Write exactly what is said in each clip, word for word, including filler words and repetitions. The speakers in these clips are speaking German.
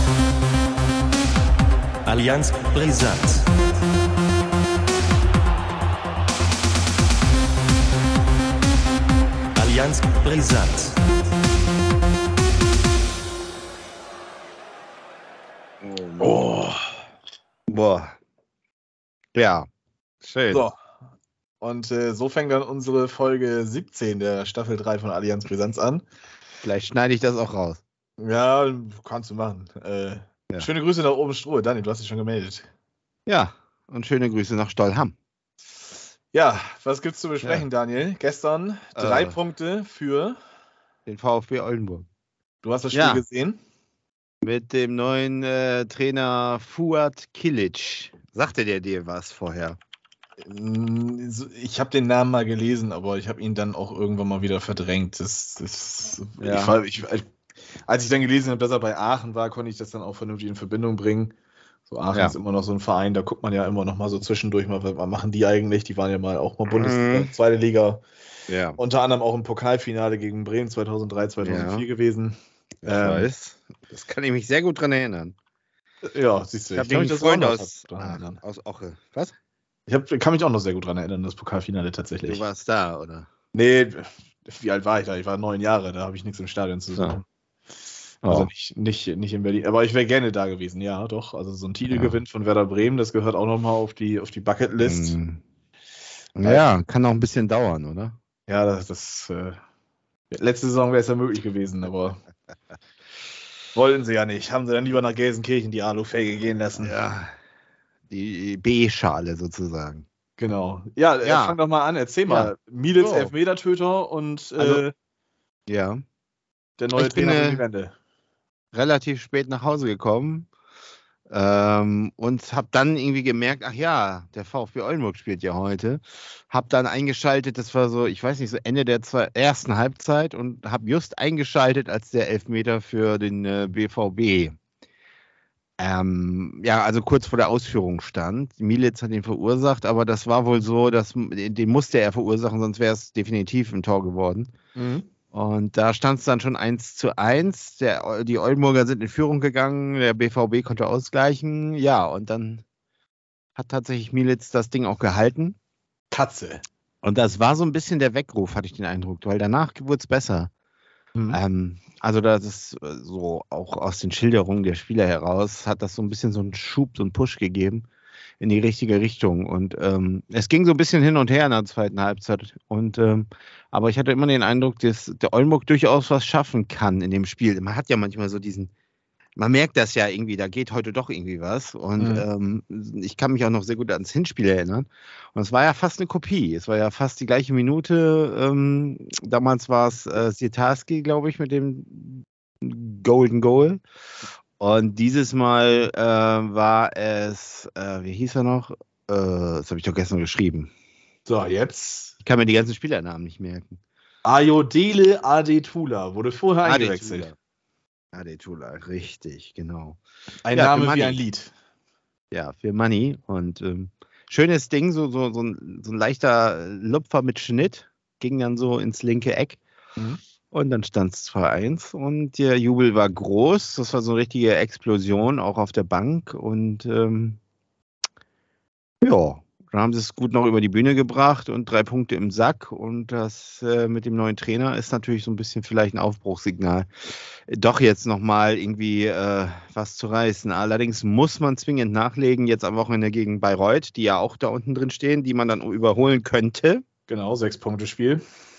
Allianz Brisant. Allianz Brisant. Oh. Boah. Ja, schön. So. Und äh, so fängt dann unsere Folge siebzehn der Staffel drei von Allianz Brisanz an. Vielleicht schneide ich das auch raus. Ja, kannst du machen. Äh, Ja. Schöne Grüße nach oben Stroh. Daniel, du hast dich schon gemeldet. Ja, und schöne Grüße nach Stollham. Ja, was gibt's zu besprechen, Daniel? Gestern drei Äh. Punkte für... Den VfB Oldenburg. Du hast das Spiel Ja. gesehen? Mit dem neuen äh, Trainer Fuad Kilic. Sagte der dir was vorher? Mm, so- Ich habe den Namen mal gelesen, aber ich habe ihn dann auch irgendwann mal wieder verdrängt. Das, das, Ja. ich, war- ich, als ich dann gelesen habe, dass er bei Aachen war, konnte ich das dann auch vernünftig in Verbindung bringen. So Aachen Ja. ist immer noch so ein Verein, da guckt man ja immer noch mal so zwischendurch mal, was machen die eigentlich? Die waren ja mal auch mal Bundesliga, Mhm. zweite Liga, Ja. unter anderem auch im Pokalfinale gegen Bremen zweitausenddrei, zweitausendvier Ja. gewesen. Ich Ähm, weiß. Das kann ich mich sehr gut dran erinnern. Ja, siehst du. Ich habe kann einen mich das Freund auch noch aus, dran ach, erinnern. aus Oche. Was? Ich hab, kann mich auch noch sehr gut dran erinnern, das Pokalfinale Du tatsächlich. warst da, oder? Nee, wie alt war ich da? Ich war neun Jahre, da habe ich nichts im Stadion zu suchen. Also Oh. nicht, nicht, nicht in Berlin. Aber ich wäre gerne da gewesen, ja, doch. Also so ein Titelgewinn Ja. von Werder Bremen, das gehört auch nochmal auf die, auf die Bucketlist. Mm. Ja, kann noch ein bisschen dauern, oder? Ja, das, das äh, letzte Saison wäre es ja möglich gewesen, aber wollten sie ja nicht. Haben sie dann lieber nach Gelsenkirchen die Alufelge gehen lassen. Ja. Die B-Schale sozusagen. Genau. Ja, äh, Ja. fang doch mal an, erzähl Ja. mal. Mielitz So. Elfmetertöter und äh, Also, Ja. der neue ich bin, Trainer äh, für die Wende. Relativ spät nach Hause gekommen ähm, und habe dann irgendwie gemerkt, ach ja, der VfB Oldenburg spielt ja heute. Habe dann eingeschaltet, das war so, ich weiß nicht, so Ende der zwei, ersten Halbzeit und habe just eingeschaltet, als der Elfmeter für den äh, B V B ähm, ja, also kurz vor der Ausführung stand. Mielitz hat ihn verursacht, aber das war wohl so, dass den musste er verursachen, sonst wäre es definitiv ein Tor geworden. Mhm. Und da stand es dann schon eins zu eins. Der, die Oldenburger sind in Führung gegangen, der B V B konnte ausgleichen. Ja, und dann hat tatsächlich Mielitz das Ding auch gehalten. Katze. Und das war so ein bisschen der Weckruf, hatte ich den Eindruck, weil danach wurde es besser. Mhm. Ähm, also das ist äh, so auch aus den Schilderungen der Spieler heraus, hat das so ein bisschen so einen Schub, so einen Push gegeben in die richtige Richtung. Und ähm, es ging so ein bisschen hin und her in der zweiten Halbzeit. Und ähm, aber ich hatte immer den Eindruck, dass der Oldenburg durchaus was schaffen kann in dem Spiel. Man hat ja manchmal so diesen, man merkt das ja irgendwie, da geht heute doch irgendwie was. Und Mhm. ähm, ich kann mich auch noch sehr gut ans Hinspiel erinnern. Und es war ja fast eine Kopie. Es war ja fast die gleiche Minute. Ähm, damals war es äh, Sitarski, glaube ich, mit dem Golden Goal. Und dieses Mal äh, war es, äh, wie hieß er noch? Äh, das habe ich doch gestern geschrieben. So, jetzt. Ich kann mir die ganzen Spielernamen nicht merken. Ayodele Adetula wurde vorher eingewechselt. Adetula, richtig, genau. Ein Ja, für Name Money. wie ein Lied. Ja, für Money. Und ähm, schönes Ding, so, so, so, ein, so ein leichter Lupfer mit Schnitt, ging dann so ins linke Eck. Mhm. Und dann stand es zwei eins und der Jubel war groß. Das war so eine richtige Explosion, auch auf der Bank. Und ähm, ja, dann haben sie es gut noch über die Bühne gebracht und drei Punkte im Sack. Und das äh, mit dem neuen Trainer ist natürlich so ein bisschen vielleicht ein Aufbruchssignal, doch jetzt nochmal irgendwie äh, was zu reißen. Allerdings muss man zwingend nachlegen, jetzt am Wochenende gegen Bayreuth, die ja auch da unten drin stehen, die man dann überholen könnte. Genau, sechs Punkte Spiel.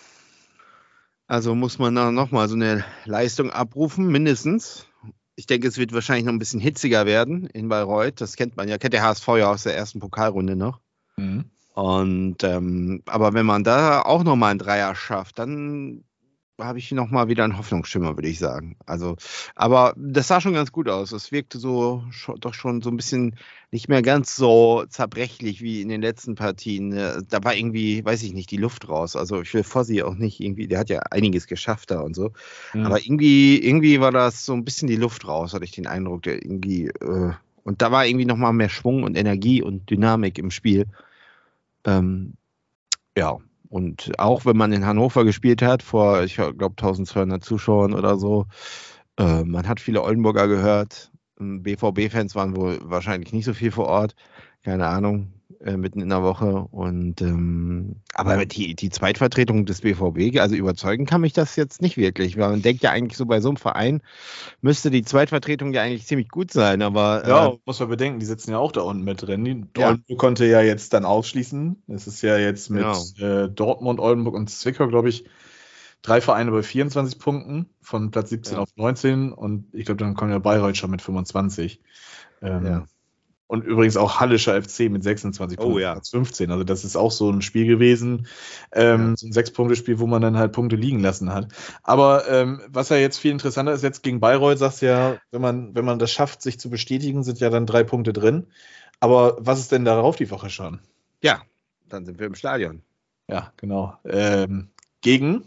Also muss man da nochmal so eine Leistung abrufen, mindestens. Ich denke, es wird wahrscheinlich noch ein bisschen hitziger werden in Bayreuth. Das kennt man ja, kennt der H S V ja aus der ersten Pokalrunde noch. Mhm. Und ähm, aber wenn man da auch nochmal einen Dreier schafft, dann habe ich nochmal wieder einen Hoffnungsschimmer, würde ich sagen. Also, aber das sah schon ganz gut aus. Es wirkte so schon, doch schon so ein bisschen nicht mehr ganz so zerbrechlich wie in den letzten Partien. Da war irgendwie, weiß ich nicht, die Luft raus. Also ich will Fossi auch nicht irgendwie, der hat ja einiges geschafft da und so. Mhm. Aber irgendwie, irgendwie war das so ein bisschen die Luft raus, hatte ich den Eindruck. Der irgendwie, äh, und da war irgendwie nochmal mehr Schwung und Energie und Dynamik im Spiel. Ähm, ja. Und auch wenn man in Hannover gespielt hat, vor, ich glaube, eintausendzweihundert Zuschauern oder so, äh, man hat viele Oldenburger gehört. B V B-Fans waren wohl wahrscheinlich nicht so viel vor Ort. Keine Ahnung, äh, mitten in der Woche. Und ähm, aber die, die Zweitvertretung des B V B, also überzeugen kann mich das jetzt nicht wirklich. Weil man denkt ja eigentlich so, bei so einem Verein müsste die Zweitvertretung ja eigentlich ziemlich gut sein. Aber äh, Ja, muss man bedenken, die sitzen ja auch da unten mit drin. Die Ja. Oldenburg konnte ja jetzt dann ausschließen. Es ist ja jetzt mit Genau. äh, Dortmund, Oldenburg und Zwickau, glaube ich, drei Vereine bei vierundzwanzig Punkten, von Platz siebzehn Ja. auf neunzehn. Und ich glaube, dann kommt ja Bayreuth schon mit fünfundzwanzig. Ähm, Ja. Und übrigens auch Hallischer F C mit sechsundzwanzig Oh, Punkten, ja. Platz fünfzehn. Also das ist auch so ein Spiel gewesen, ähm, Ja. so ein Sechs-Punkte-Spiel, wo man dann halt Punkte liegen lassen hat. Aber ähm, was ja jetzt viel interessanter ist, jetzt gegen Bayreuth, sagst du ja, wenn man, wenn man das schafft, sich zu bestätigen, sind ja dann drei Punkte drin. Aber was ist denn darauf die Woche schon? Ja, dann sind wir im Stadion. Ja, genau. Ähm, gegen?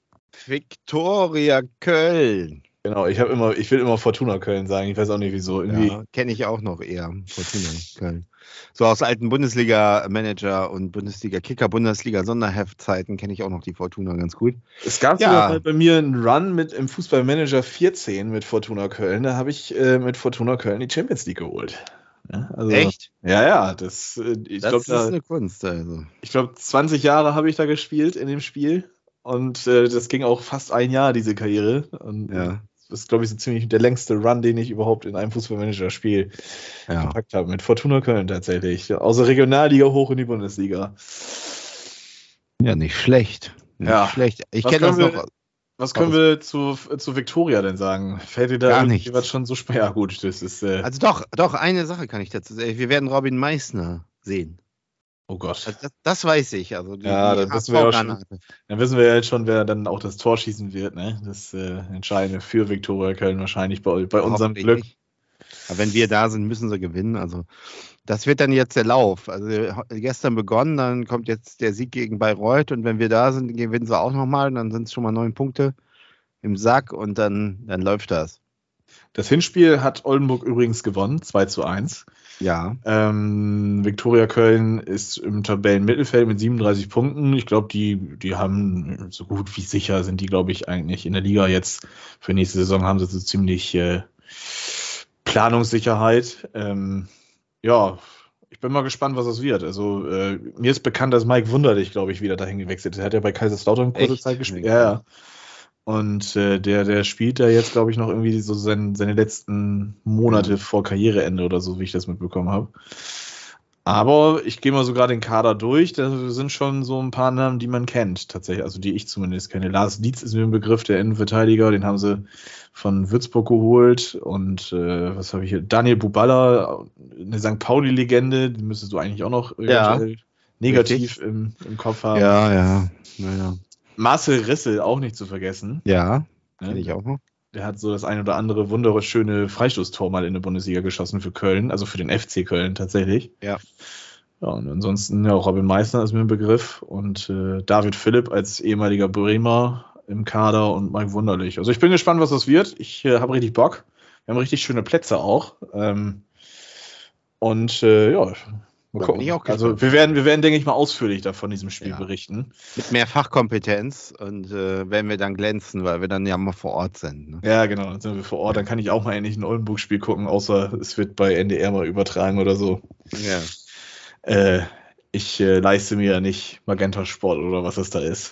Viktoria Köln. Genau, ich habe immer, ich will immer Fortuna Köln sagen, ich weiß auch nicht wieso. Irgendwie. Ja, kenne ich auch noch eher, Fortuna Köln. So aus alten Bundesliga-Manager und Bundesliga-Kicker-Bundesliga-Sonderheftzeiten kenne ich auch noch die Fortuna ganz gut. Es gab Ja. sogar mal bei mir einen Run mit im Fußballmanager vierzehn mit Fortuna Köln. Da habe ich äh, mit Fortuna Köln die Champions League geholt. Ja, also, Echt? Ja, ja. Das, äh, ich Das glaube, ist da, eine Kunst. Also. ich glaub, zwanzig Jahre habe ich da gespielt in dem Spiel. Und äh, das ging auch fast ein Jahr, diese Karriere. Und Ja. das ist, glaube ich, so ziemlich der längste Run, den ich überhaupt in einem Fußballmanager-Spiel Ja. gepackt habe. Mit Fortuna Köln tatsächlich. Aus der Regionalliga hoch in die Bundesliga. ja, nicht schlecht. Nicht Ja. schlecht. Ich Was kenne das können wir- noch. Was können Aber wir zu, zu Victoria denn sagen? Fällt dir da Gar irgendwie nichts. was schon so schwer? Ja, gut, das ist. Äh, Also doch, doch, eine Sache kann ich dazu sagen. Wir werden Robin Meissner sehen. oh Gott. Also das, das weiß ich. Also die, Ja, die das wissen wir ja schon. H S V-Granate. Dann wissen wir ja jetzt schon, wer dann auch das Tor schießen wird. Ne? Das äh, Entscheidende für Victoria Köln wahrscheinlich bei, bei unserem Hoffentlich Glück. nicht. Aber wenn wir da sind, müssen sie gewinnen. Also das wird dann jetzt der Lauf. Also gestern begonnen, dann kommt jetzt der Sieg gegen Bayreuth und wenn wir da sind, gewinnen sie auch nochmal. Dann sind es schon mal neun Punkte im Sack und dann, dann läuft das. Das Hinspiel hat Oldenburg übrigens gewonnen, zwei zu eins. Ja. Ähm, Viktoria Köln ist im Tabellenmittelfeld mit siebenunddreißig Punkten. Ich glaube, die, die haben so gut wie sicher sind die, glaube ich, eigentlich in der Liga jetzt. Für nächste Saison haben sie so ziemlich äh, Planungssicherheit. Ähm, ja, ich bin mal gespannt, was das wird. Also äh, mir ist bekannt, dass Mike Wunderlich, glaube ich, wieder dahin gewechselt ist. Er hat ja bei Kaiserslautern kurze Echt? Zeit gespielt. Nee, Ja, ja. Und äh, der, der spielt da jetzt, glaube ich, noch irgendwie so sein, seine letzten Monate Ja. vor Karriereende oder so, wie ich das mitbekommen habe. Aber ich gehe mal so gerade den Kader durch. Da sind schon so ein paar Namen, die man kennt, tatsächlich. Also die ich zumindest kenne. Lars Dietz ist mir ein Begriff, der Innenverteidiger. Den haben sie von Würzburg geholt. Und äh, was habe ich hier? Daniel Buballa, eine Sankt Pauli-Legende. Die müsstest du eigentlich auch noch Ja, eventuell negativ im, im Kopf haben. Ja, ja. Naja. Marcel Rissel, auch nicht zu vergessen. Ja, Ne? kenne ich auch noch. Der hat so das ein oder andere wunderschöne Freistoßtor mal in der Bundesliga geschossen für Köln, also für den F C Köln tatsächlich. Ja. Ja, und ansonsten, ja, Robin Meissner ist mir ein Begriff und äh, David Philipp als ehemaliger Bremer im Kader und Mike Wunderlich. Also ich bin gespannt, was das wird. Ich äh, habe richtig Bock. Wir haben richtig schöne Plätze auch. Ähm, und äh, ja, mal Da gucken. bin ich auch Also gespannt. wir werden, wir werden, denke ich mal, ausführlich da von diesem Spiel Ja. berichten. Mit mehr Fachkompetenz und äh, werden wir dann glänzen, weil wir dann ja mal vor Ort sind. Ne? Ja, genau, dann sind wir vor Ort. Dann kann ich auch mal endlich ein Oldenburg-Spiel gucken, außer es wird bei N D R mal übertragen oder so. Ja. Äh, ich äh, leiste mir ja nicht Magenta Sport oder was es da ist.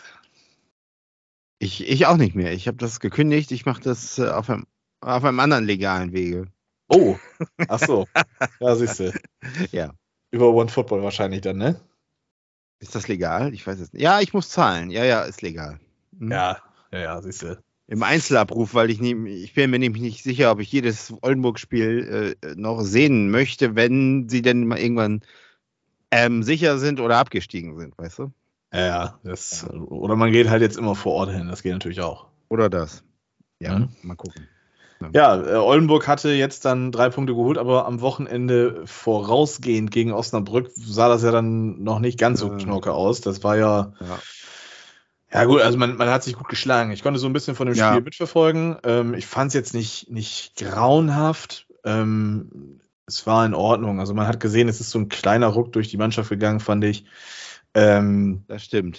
Ich, ich auch nicht mehr. Ich habe das gekündigt. Ich mache das äh, auf, einem, auf einem anderen legalen Wege. Oh, ach so. Ja, siehst du. Ja. Über OneFootball wahrscheinlich dann, ne? Ist das legal? Ich weiß es nicht. Ja, ich muss zahlen. Ja, ja, ist legal. Hm. Ja, ja, ja, siehst du. Im Einzelabruf, weil ich nie, ich bin mir nämlich nicht sicher, ob ich jedes Oldenburg-Spiel äh, noch sehen möchte, wenn sie denn mal irgendwann ähm, sicher sind oder abgestiegen sind, weißt du? Ja, ja, das, oder man geht halt jetzt immer vor Ort hin, das geht natürlich auch. Oder das. Ja, Mhm. mal gucken. Ja, äh, Oldenburg hatte jetzt dann drei Punkte geholt, aber am Wochenende vorausgehend gegen Osnabrück sah das ja dann noch nicht ganz so Äh. knorke aus. Das war ja, Ja. ja gut, also man, man hat sich gut geschlagen. Ich konnte so ein bisschen von dem Ja. Spiel mitverfolgen. Ähm, ich fand es jetzt nicht, nicht grauenhaft. Ähm, es war in Ordnung. Also man hat gesehen, es ist so ein kleiner Ruck durch die Mannschaft gegangen, fand ich. Ähm, Das stimmt.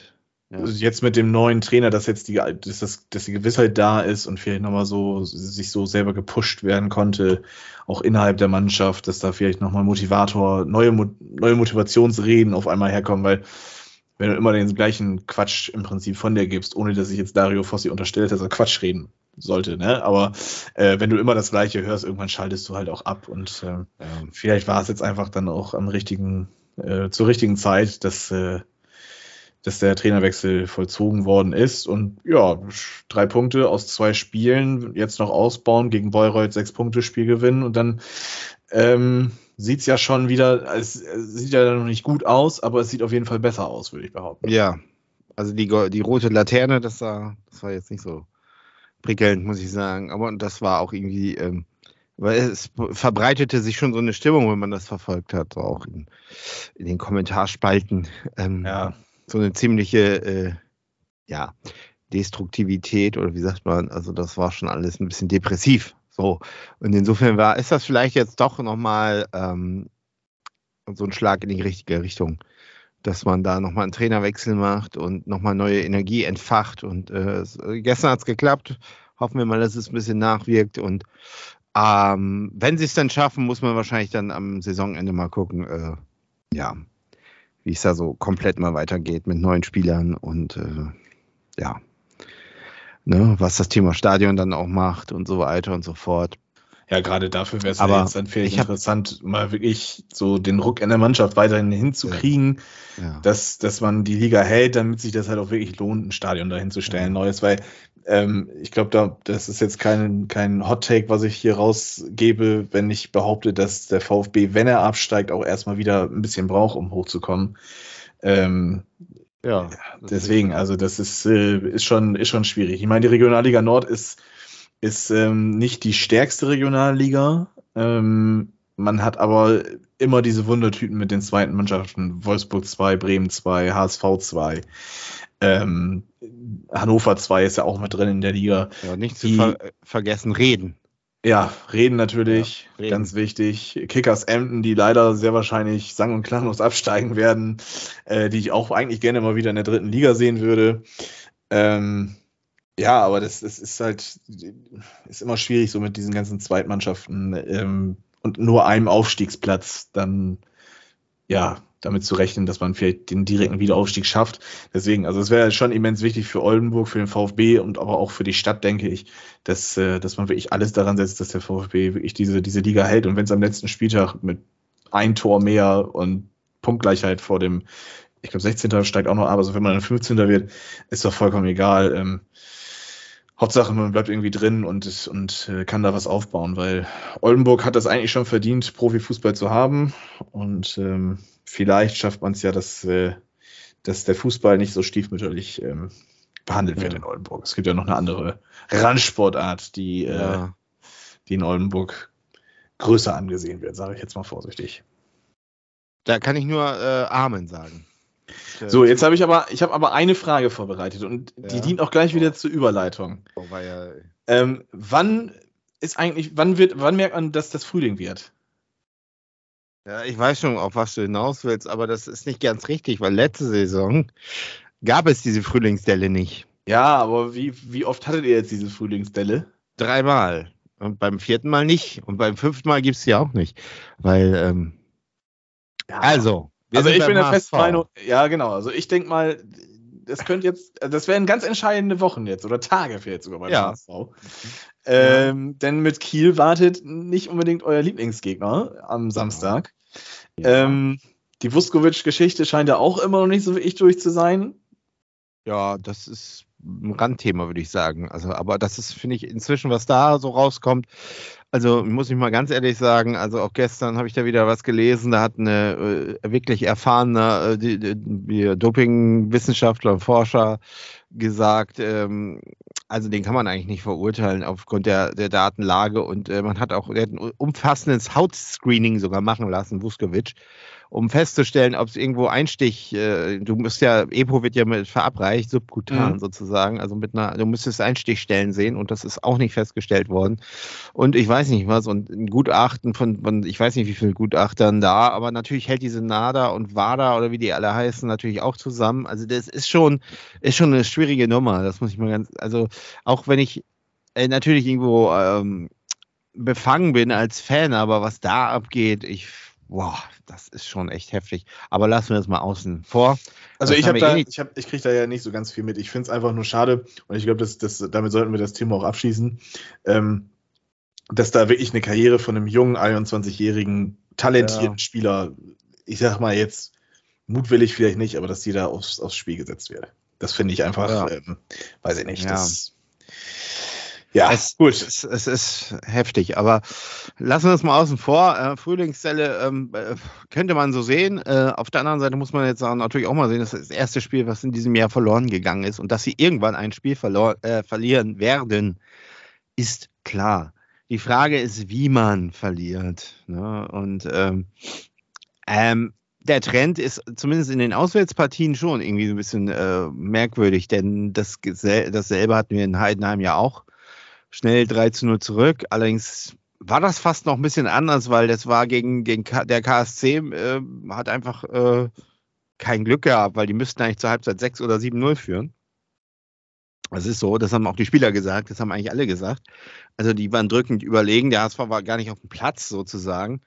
Ja. Also jetzt mit dem neuen Trainer, dass jetzt die, dass, das, dass die Gewissheit da ist und vielleicht nochmal so sich so selber gepusht werden konnte, auch innerhalb der Mannschaft, dass da vielleicht nochmal Motivator, neue, neue Motivationsreden auf einmal herkommen, weil wenn du immer den gleichen Quatsch im Prinzip von dir gibst, ohne dass ich jetzt Dario Fossi unterstelle, dass er Quatsch reden sollte, ne? Aber äh, wenn du immer das Gleiche hörst, irgendwann schaltest du halt auch ab und äh, ja. Vielleicht war es jetzt einfach dann auch am richtigen, äh, zur richtigen Zeit, dass, äh, dass der Trainerwechsel vollzogen worden ist und ja, drei Punkte aus zwei Spielen, jetzt noch ausbauen, gegen Bayreuth sechs Punkte Spiel gewinnen und dann ähm, sieht es ja schon wieder, es sieht ja noch nicht gut aus, aber es sieht auf jeden Fall besser aus, würde ich behaupten. Ja, also die, die rote Laterne, das war, das war jetzt nicht so prickelnd, muss ich sagen. Aber das war auch irgendwie, ähm, weil es verbreitete sich schon so eine Stimmung, wenn man das verfolgt hat, so auch in, in den Kommentarspalten. Ähm, ja. So eine ziemliche, äh, ja, Destruktivität oder wie sagt man, also das war schon alles ein bisschen depressiv. So, und insofern war, ist das vielleicht jetzt doch nochmal ähm, so ein Schlag in die richtige Richtung, dass man da nochmal einen Trainerwechsel macht und nochmal neue Energie entfacht. Und äh, gestern hat es geklappt. Hoffen wir mal, dass es ein bisschen nachwirkt. Und ähm, wenn sie es dann schaffen, muss man wahrscheinlich dann am Saisonende mal gucken, äh, ja, wie es da so komplett mal weitergeht mit neuen Spielern und äh, ja, ne, was das Thema Stadion dann auch macht und so weiter und so fort. Ja, gerade dafür wäre es ja jetzt dann vielleicht interessant, mal wirklich so den Ruck in der Mannschaft weiterhin hinzukriegen, ja. Ja. Dass, dass man die Liga hält, damit sich das halt auch wirklich lohnt, ein Stadion dahin zu stellen, ja. Neues, weil ähm, ich glaube, da das ist jetzt kein, kein Hot-Take, was ich hier rausgebe, wenn ich behaupte, dass der VfB, wenn er absteigt, auch erstmal wieder ein bisschen braucht, um hochzukommen. Ähm, ja, deswegen, also das ist, äh, ist, schon, ist schon schwierig. Ich meine, die Regionalliga Nord ist ist ähm, nicht die stärkste Regionalliga. Ähm, man hat aber immer diese Wundertüten mit den zweiten Mannschaften. Wolfsburg zwei, Bremen zwei, H S V zwei. Ähm, Hannover zwei ist ja auch mit drin in der Liga. Ja, nicht zu ver- vergessen, Reden. Ja, Reden natürlich, ja, Reden. Ganz wichtig. Kickers Emden, die leider sehr wahrscheinlich sang- und klanglos absteigen werden, äh, die ich auch eigentlich gerne mal wieder in der dritten Liga sehen würde. Ähm, Ja, aber das, das ist halt, ist immer schwierig, so mit diesen ganzen Zweitmannschaften ähm, und nur einem Aufstiegsplatz dann, ja, damit zu rechnen, dass man vielleicht den direkten Wiederaufstieg schafft. Deswegen, also es wäre schon immens wichtig für Oldenburg, für den VfB und aber auch für die Stadt, denke ich, dass, äh, dass man wirklich alles daran setzt, dass der VfB wirklich diese, diese Liga hält. Und wenn es am letzten Spieltag mit ein Tor mehr und Punktgleichheit vor dem, ich glaube sechzehnten steigt auch noch ab, also wenn man dann fünfzehnten wird, ist doch vollkommen egal. Ähm, Hauptsache, man bleibt irgendwie drin und, und äh, kann da was aufbauen, weil Oldenburg hat das eigentlich schon verdient, Profifußball zu haben. Und ähm, vielleicht schafft man es ja, dass, äh, dass der Fußball nicht so stiefmütterlich ähm, behandelt wird ja. in Oldenburg. Es gibt ja noch eine andere Randsportart, die, ja. äh, die in Oldenburg größer angesehen wird, sage ich jetzt mal vorsichtig. Da kann ich nur äh, Amen sagen. So, jetzt habe ich aber, ich habe aber eine Frage vorbereitet und ja. die dient auch gleich wieder oh. zur Überleitung. Oh, war ja, ähm, wann ist eigentlich, wann wird, wann merkt man, dass das Frühling wird? Ja, ich weiß schon, auf was du hinaus willst, aber das ist nicht ganz richtig, weil letzte Saison gab es diese Frühlingsdelle nicht. Ja, aber wie, wie oft hattet ihr jetzt diese Frühlingsdelle? Dreimal. Und beim vierten Mal nicht. Und beim fünften Mal gibt es sie auch nicht. Weil, ähm, ja. also. Also ich bin der festen Meinung, ja genau, also ich denke mal, das könnte jetzt, das wären ganz entscheidende Wochen jetzt oder Tage für jetzt sogar beim ja. H S V. Ähm, ja. Denn mit Kiel wartet nicht unbedingt euer Lieblingsgegner am Samstag. Ja. Ähm, die Vuskovic-Geschichte scheint ja auch immer noch nicht so wirklich durch zu sein. Ja, das ist ein Randthema, würde ich sagen. Also, aber das ist, finde ich, inzwischen, was da so rauskommt. Also muss ich mal ganz ehrlich sagen, also auch gestern habe ich da wieder was gelesen, da hat eine äh, wirklich erfahrene äh, Doping-Wissenschaftler und Forscher gesagt, ähm, also den kann man eigentlich nicht verurteilen aufgrund der, der Datenlage und äh, man hat auch der hat ein umfassendes Hautscreening sogar machen lassen, Vuskovic, um festzustellen, ob es irgendwo Einstich, äh, du musst ja, EPO wird ja mit verabreicht, subkutan Mhm. sozusagen, also mit einer, du müsstest Einstichstellen sehen und das ist auch nicht festgestellt worden. Und ich weiß nicht was, und ein Gutachten von, von ich weiß nicht wie viele Gutachtern da, aber natürlich hält diese NADA und WADA oder wie die alle heißen, natürlich auch zusammen. Also das ist schon, ist schon eine schwierige Nummer, das muss ich mal ganz, also auch wenn ich äh, natürlich irgendwo ähm, befangen bin als Fan, aber was da abgeht, ich, boah, das ist schon echt heftig. Aber lassen wir das mal außen vor. Also Das ich haben habe wir eh da, nicht- ich habe, ich kriege da ja nicht so ganz viel mit. Ich finde es einfach nur schade und ich glaube, das, das, damit sollten wir das Thema auch abschließen, ähm, dass da wirklich eine Karriere von einem jungen einundzwanzigjährigen talentierten Ja. Spieler, ich sag mal jetzt mutwillig vielleicht nicht, aber dass die da aufs, aufs Spiel gesetzt wird. Das finde ich einfach, Ja. ähm, weiß ich nicht. Ja. Das, ja, Es, gut. Es, es ist heftig, aber lassen wir das mal außen vor. Äh, Frühlingszelle ähm, äh, könnte man so sehen. Äh, auf der anderen Seite muss man jetzt sagen, natürlich auch mal sehen, das ist das erste Spiel, was in diesem Jahr verloren gegangen ist und dass sie irgendwann ein Spiel verlor äh, verlieren werden, ist klar. Die Frage ist, wie man verliert. Ne? Und ähm, ähm, der Trend ist zumindest in den Auswärtspartien schon irgendwie so ein bisschen äh, merkwürdig, denn das, dasselbe hatten wir in Heidenheim ja auch. Schnell drei zu null zurück. Allerdings war das fast noch ein bisschen anders, weil das war gegen, gegen K- der K S C, äh, hat einfach äh, kein Glück gehabt, weil die müssten eigentlich zur Halbzeit sechs oder sieben null führen. Das ist so, das haben auch die Spieler gesagt, das haben eigentlich alle gesagt. Also die waren drückend überlegen, der H S V war gar nicht auf dem Platz sozusagen.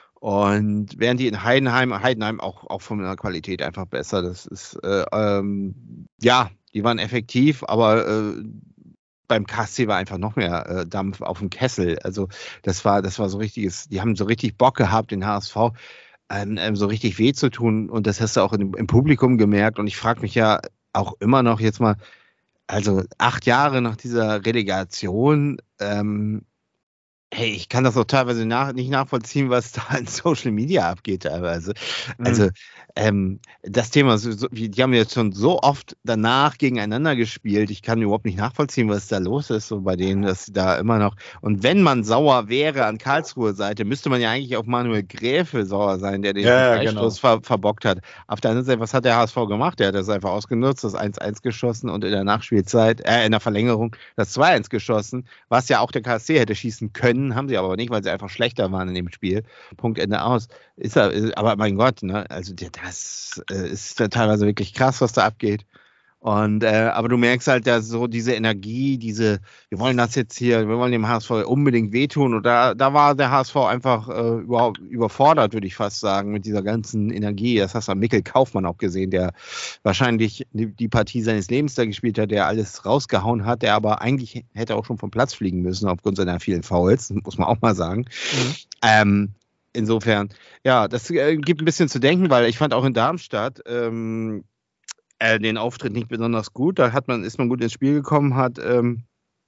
Und während die in Heidenheim, Heidenheim auch, auch von der Qualität einfach besser, das ist, äh, ähm, ja, die waren effektiv, aber äh, beim K S C war einfach noch mehr äh, Dampf auf dem Kessel. Also das war, das war so richtiges, die haben so richtig Bock gehabt, den H S V ähm, ähm, so richtig weh zu tun. Und das hast du auch in, im Publikum gemerkt. Und ich frage mich ja auch immer noch jetzt mal, also acht Jahre nach dieser Relegation, ähm, hey, ich kann das auch teilweise nach, nicht nachvollziehen, was da in Social Media abgeht teilweise. Mhm. Also ähm, das Thema, so, so, die haben jetzt schon so oft danach gegeneinander gespielt. Ich kann überhaupt nicht nachvollziehen, was da los ist, so bei denen, dass sie da immer noch. Und wenn man sauer wäre an Karlsruher Seite, müsste man ja eigentlich auf Manuel Gräfe sauer sein, der den Ja, ja, Freistoß ver, verbockt hat. Auf der anderen Seite, was hat der H S V gemacht? Der hat das einfach ausgenutzt, das eins eins geschossen und in der Nachspielzeit, äh, in der Verlängerung das zwei eins geschossen, was ja auch der K S C hätte schießen können, haben sie aber nicht, weil sie einfach schlechter waren in dem Spiel. Punkt, Ende aus. Ist er, ist, aber mein Gott, ne? Also das äh, ist ja teilweise wirklich krass, was da abgeht. Und äh, aber du merkst halt, dass so diese Energie, diese, wir wollen das jetzt hier, wir wollen dem H S V unbedingt wehtun. Und da, da war der H S V einfach äh, überhaupt überfordert, würde ich fast sagen, mit dieser ganzen Energie. Das hast du an Mikkel Kaufmann auch gesehen, der wahrscheinlich die, die Partie seines Lebens da gespielt hat, der alles rausgehauen hat, der aber eigentlich hätte auch schon vom Platz fliegen müssen aufgrund seiner vielen Fouls, muss man auch mal sagen. Mhm. Ähm, insofern, ja, das äh, gibt ein bisschen zu denken, weil ich fand auch in Darmstadt ähm, äh, den Auftritt nicht besonders gut. Da hat man, ist man gut ins Spiel gekommen, hat ähm,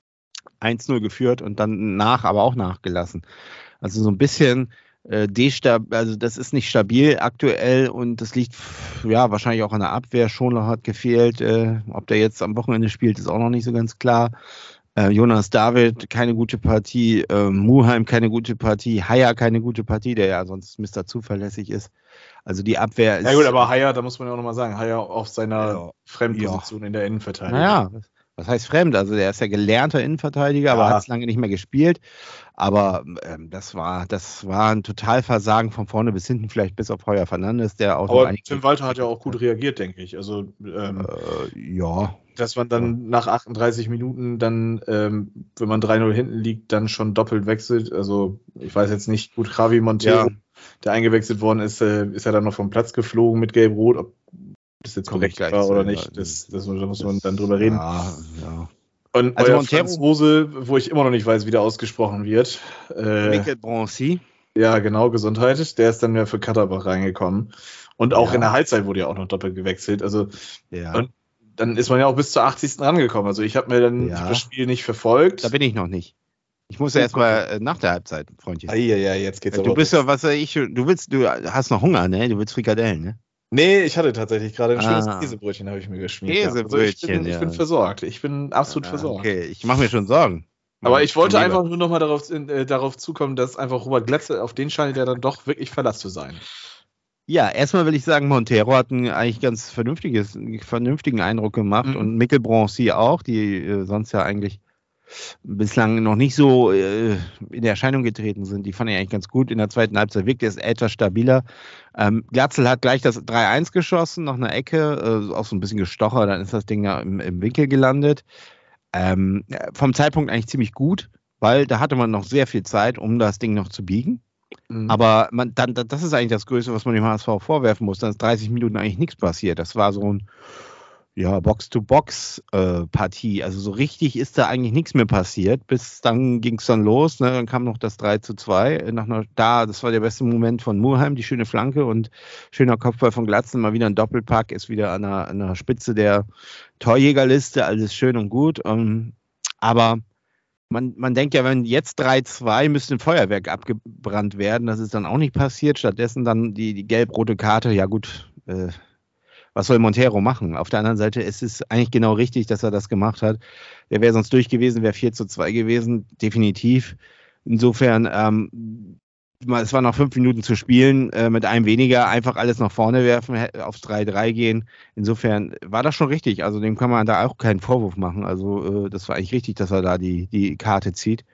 eins null geführt und dann nach, aber auch nachgelassen. Also so ein bisschen äh, destab, also das ist nicht stabil aktuell und das liegt ja wahrscheinlich auch an der Abwehr. Schonlau hat gefehlt. Äh, ob der jetzt am Wochenende spielt, ist auch noch nicht so ganz klar. Äh, Jonas David, keine gute Partie. Äh, Muheim, keine gute Partie. Haier, keine gute Partie, der ja sonst Mister Zuverlässig ist. Also die Abwehr ist... Ja gut, aber Haier, da muss man ja auch nochmal sagen, Haier auf seiner ja, Fremdposition ja. in der Innenverteidigung. Naja, was heißt fremd? Also der ist ja gelernter Innenverteidiger, ja. aber hat es lange nicht mehr gespielt. Aber ähm, das war das war ein Totalversagen von vorne bis hinten, vielleicht bis auf Heuer Fernandes, der auch... Aber Tim Walter hat ja auch gut reagiert, denke ich. Also ähm, äh, ja... Dass man dann nach achtunddreißig Minuten dann, ähm, wenn man drei null hinten liegt, dann schon doppelt wechselt. Also ich weiß jetzt nicht, gut, Javi Montero, ja. der eingewechselt worden ist, äh, ist er dann noch vom Platz geflogen mit Gelb-Rot. Ob das jetzt korrekt war oder nicht, das, das, das muss man dann drüber reden. Ja, ja. Und also euer Franzose, wo ich immer noch nicht weiß, wie der ausgesprochen wird. Äh, Mikkel Broncy. Ja, genau, Gesundheit. Der ist dann ja für Katterbach reingekommen. Und auch ja. in der Halbzeit wurde ja auch noch doppelt gewechselt. Also ja. und dann ist man ja auch bis zur achtzigsten rangekommen. Also ich habe mir dann ja. das Spiel nicht verfolgt. Da bin ich noch nicht. Ich muss ja erstmal äh, nach der Halbzeit, Freundchen. Ah, ja, ja, jetzt geht's Du aber bist ja, was weiß ich, du willst, du hast noch Hunger, ne? Du willst Frikadellen, ne? Nee, ich hatte tatsächlich gerade ein schönes Ah. Käsebrötchen, habe ich mir geschmiert. Also ich, Käsebrötchen, bin, ich ja. bin versorgt. Ich bin absolut Ah, versorgt. okay, ich mache mir schon Sorgen. Aber Mein- ich wollte mein Lieber. einfach nur noch mal darauf, äh, darauf zukommen, dass einfach Robert Glatzel, auf den scheint er dann doch wirklich Verlass zu sein. Ja, erstmal will ich sagen, Montero hat einen eigentlich ganz vernünftiges, einen vernünftigen Eindruck gemacht Mhm. und Mikkel Broncy auch, die äh, sonst ja eigentlich bislang noch nicht so äh, in Erscheinung getreten sind. Die fand ich eigentlich ganz gut. In der zweiten Halbzeit wirkt es etwas stabiler. Ähm, Glatzel hat gleich das drei eins geschossen, nach einer Ecke, äh, auch so ein bisschen gestocher, dann ist das Ding ja im, im Winkel gelandet. Ähm, vom Zeitpunkt eigentlich ziemlich gut, weil da hatte man noch sehr viel Zeit, um das Ding noch zu biegen. Mhm. Aber man, dann, das ist eigentlich das Größte, was man dem H S V vorwerfen muss. Dann ist dreißig Minuten eigentlich nichts passiert. Das war so ein ja, Box-to-Box-Partie. Also so richtig ist da eigentlich nichts mehr passiert. Bis dann ging es dann los. Ne? Dann kam noch das drei zu zwei. Nach einer, da, das war der beste Moment von Murheim, die schöne Flanke und schöner Kopfball von Glatzel. Mal wieder ein Doppelpack, ist wieder an der, an der Spitze der Torjägerliste. Alles schön und gut. Um, aber Man, man denkt ja, wenn jetzt drei zwei müsste ein Feuerwerk abgebrannt werden. Das ist dann auch nicht passiert. Stattdessen dann die, die gelb-rote Karte. Ja gut, äh, was soll Montero machen? Auf der anderen Seite ist es eigentlich genau richtig, dass er das gemacht hat. Der wäre sonst durch gewesen, wäre vier zu zwei gewesen, definitiv. Insofern, ähm, es waren noch fünf Minuten zu spielen, äh, mit einem weniger, einfach alles nach vorne werfen, aufs drei drei gehen. Insofern war das schon richtig. Also dem kann man da auch keinen Vorwurf machen. Also äh, das war eigentlich richtig, dass er da die, die Karte zieht.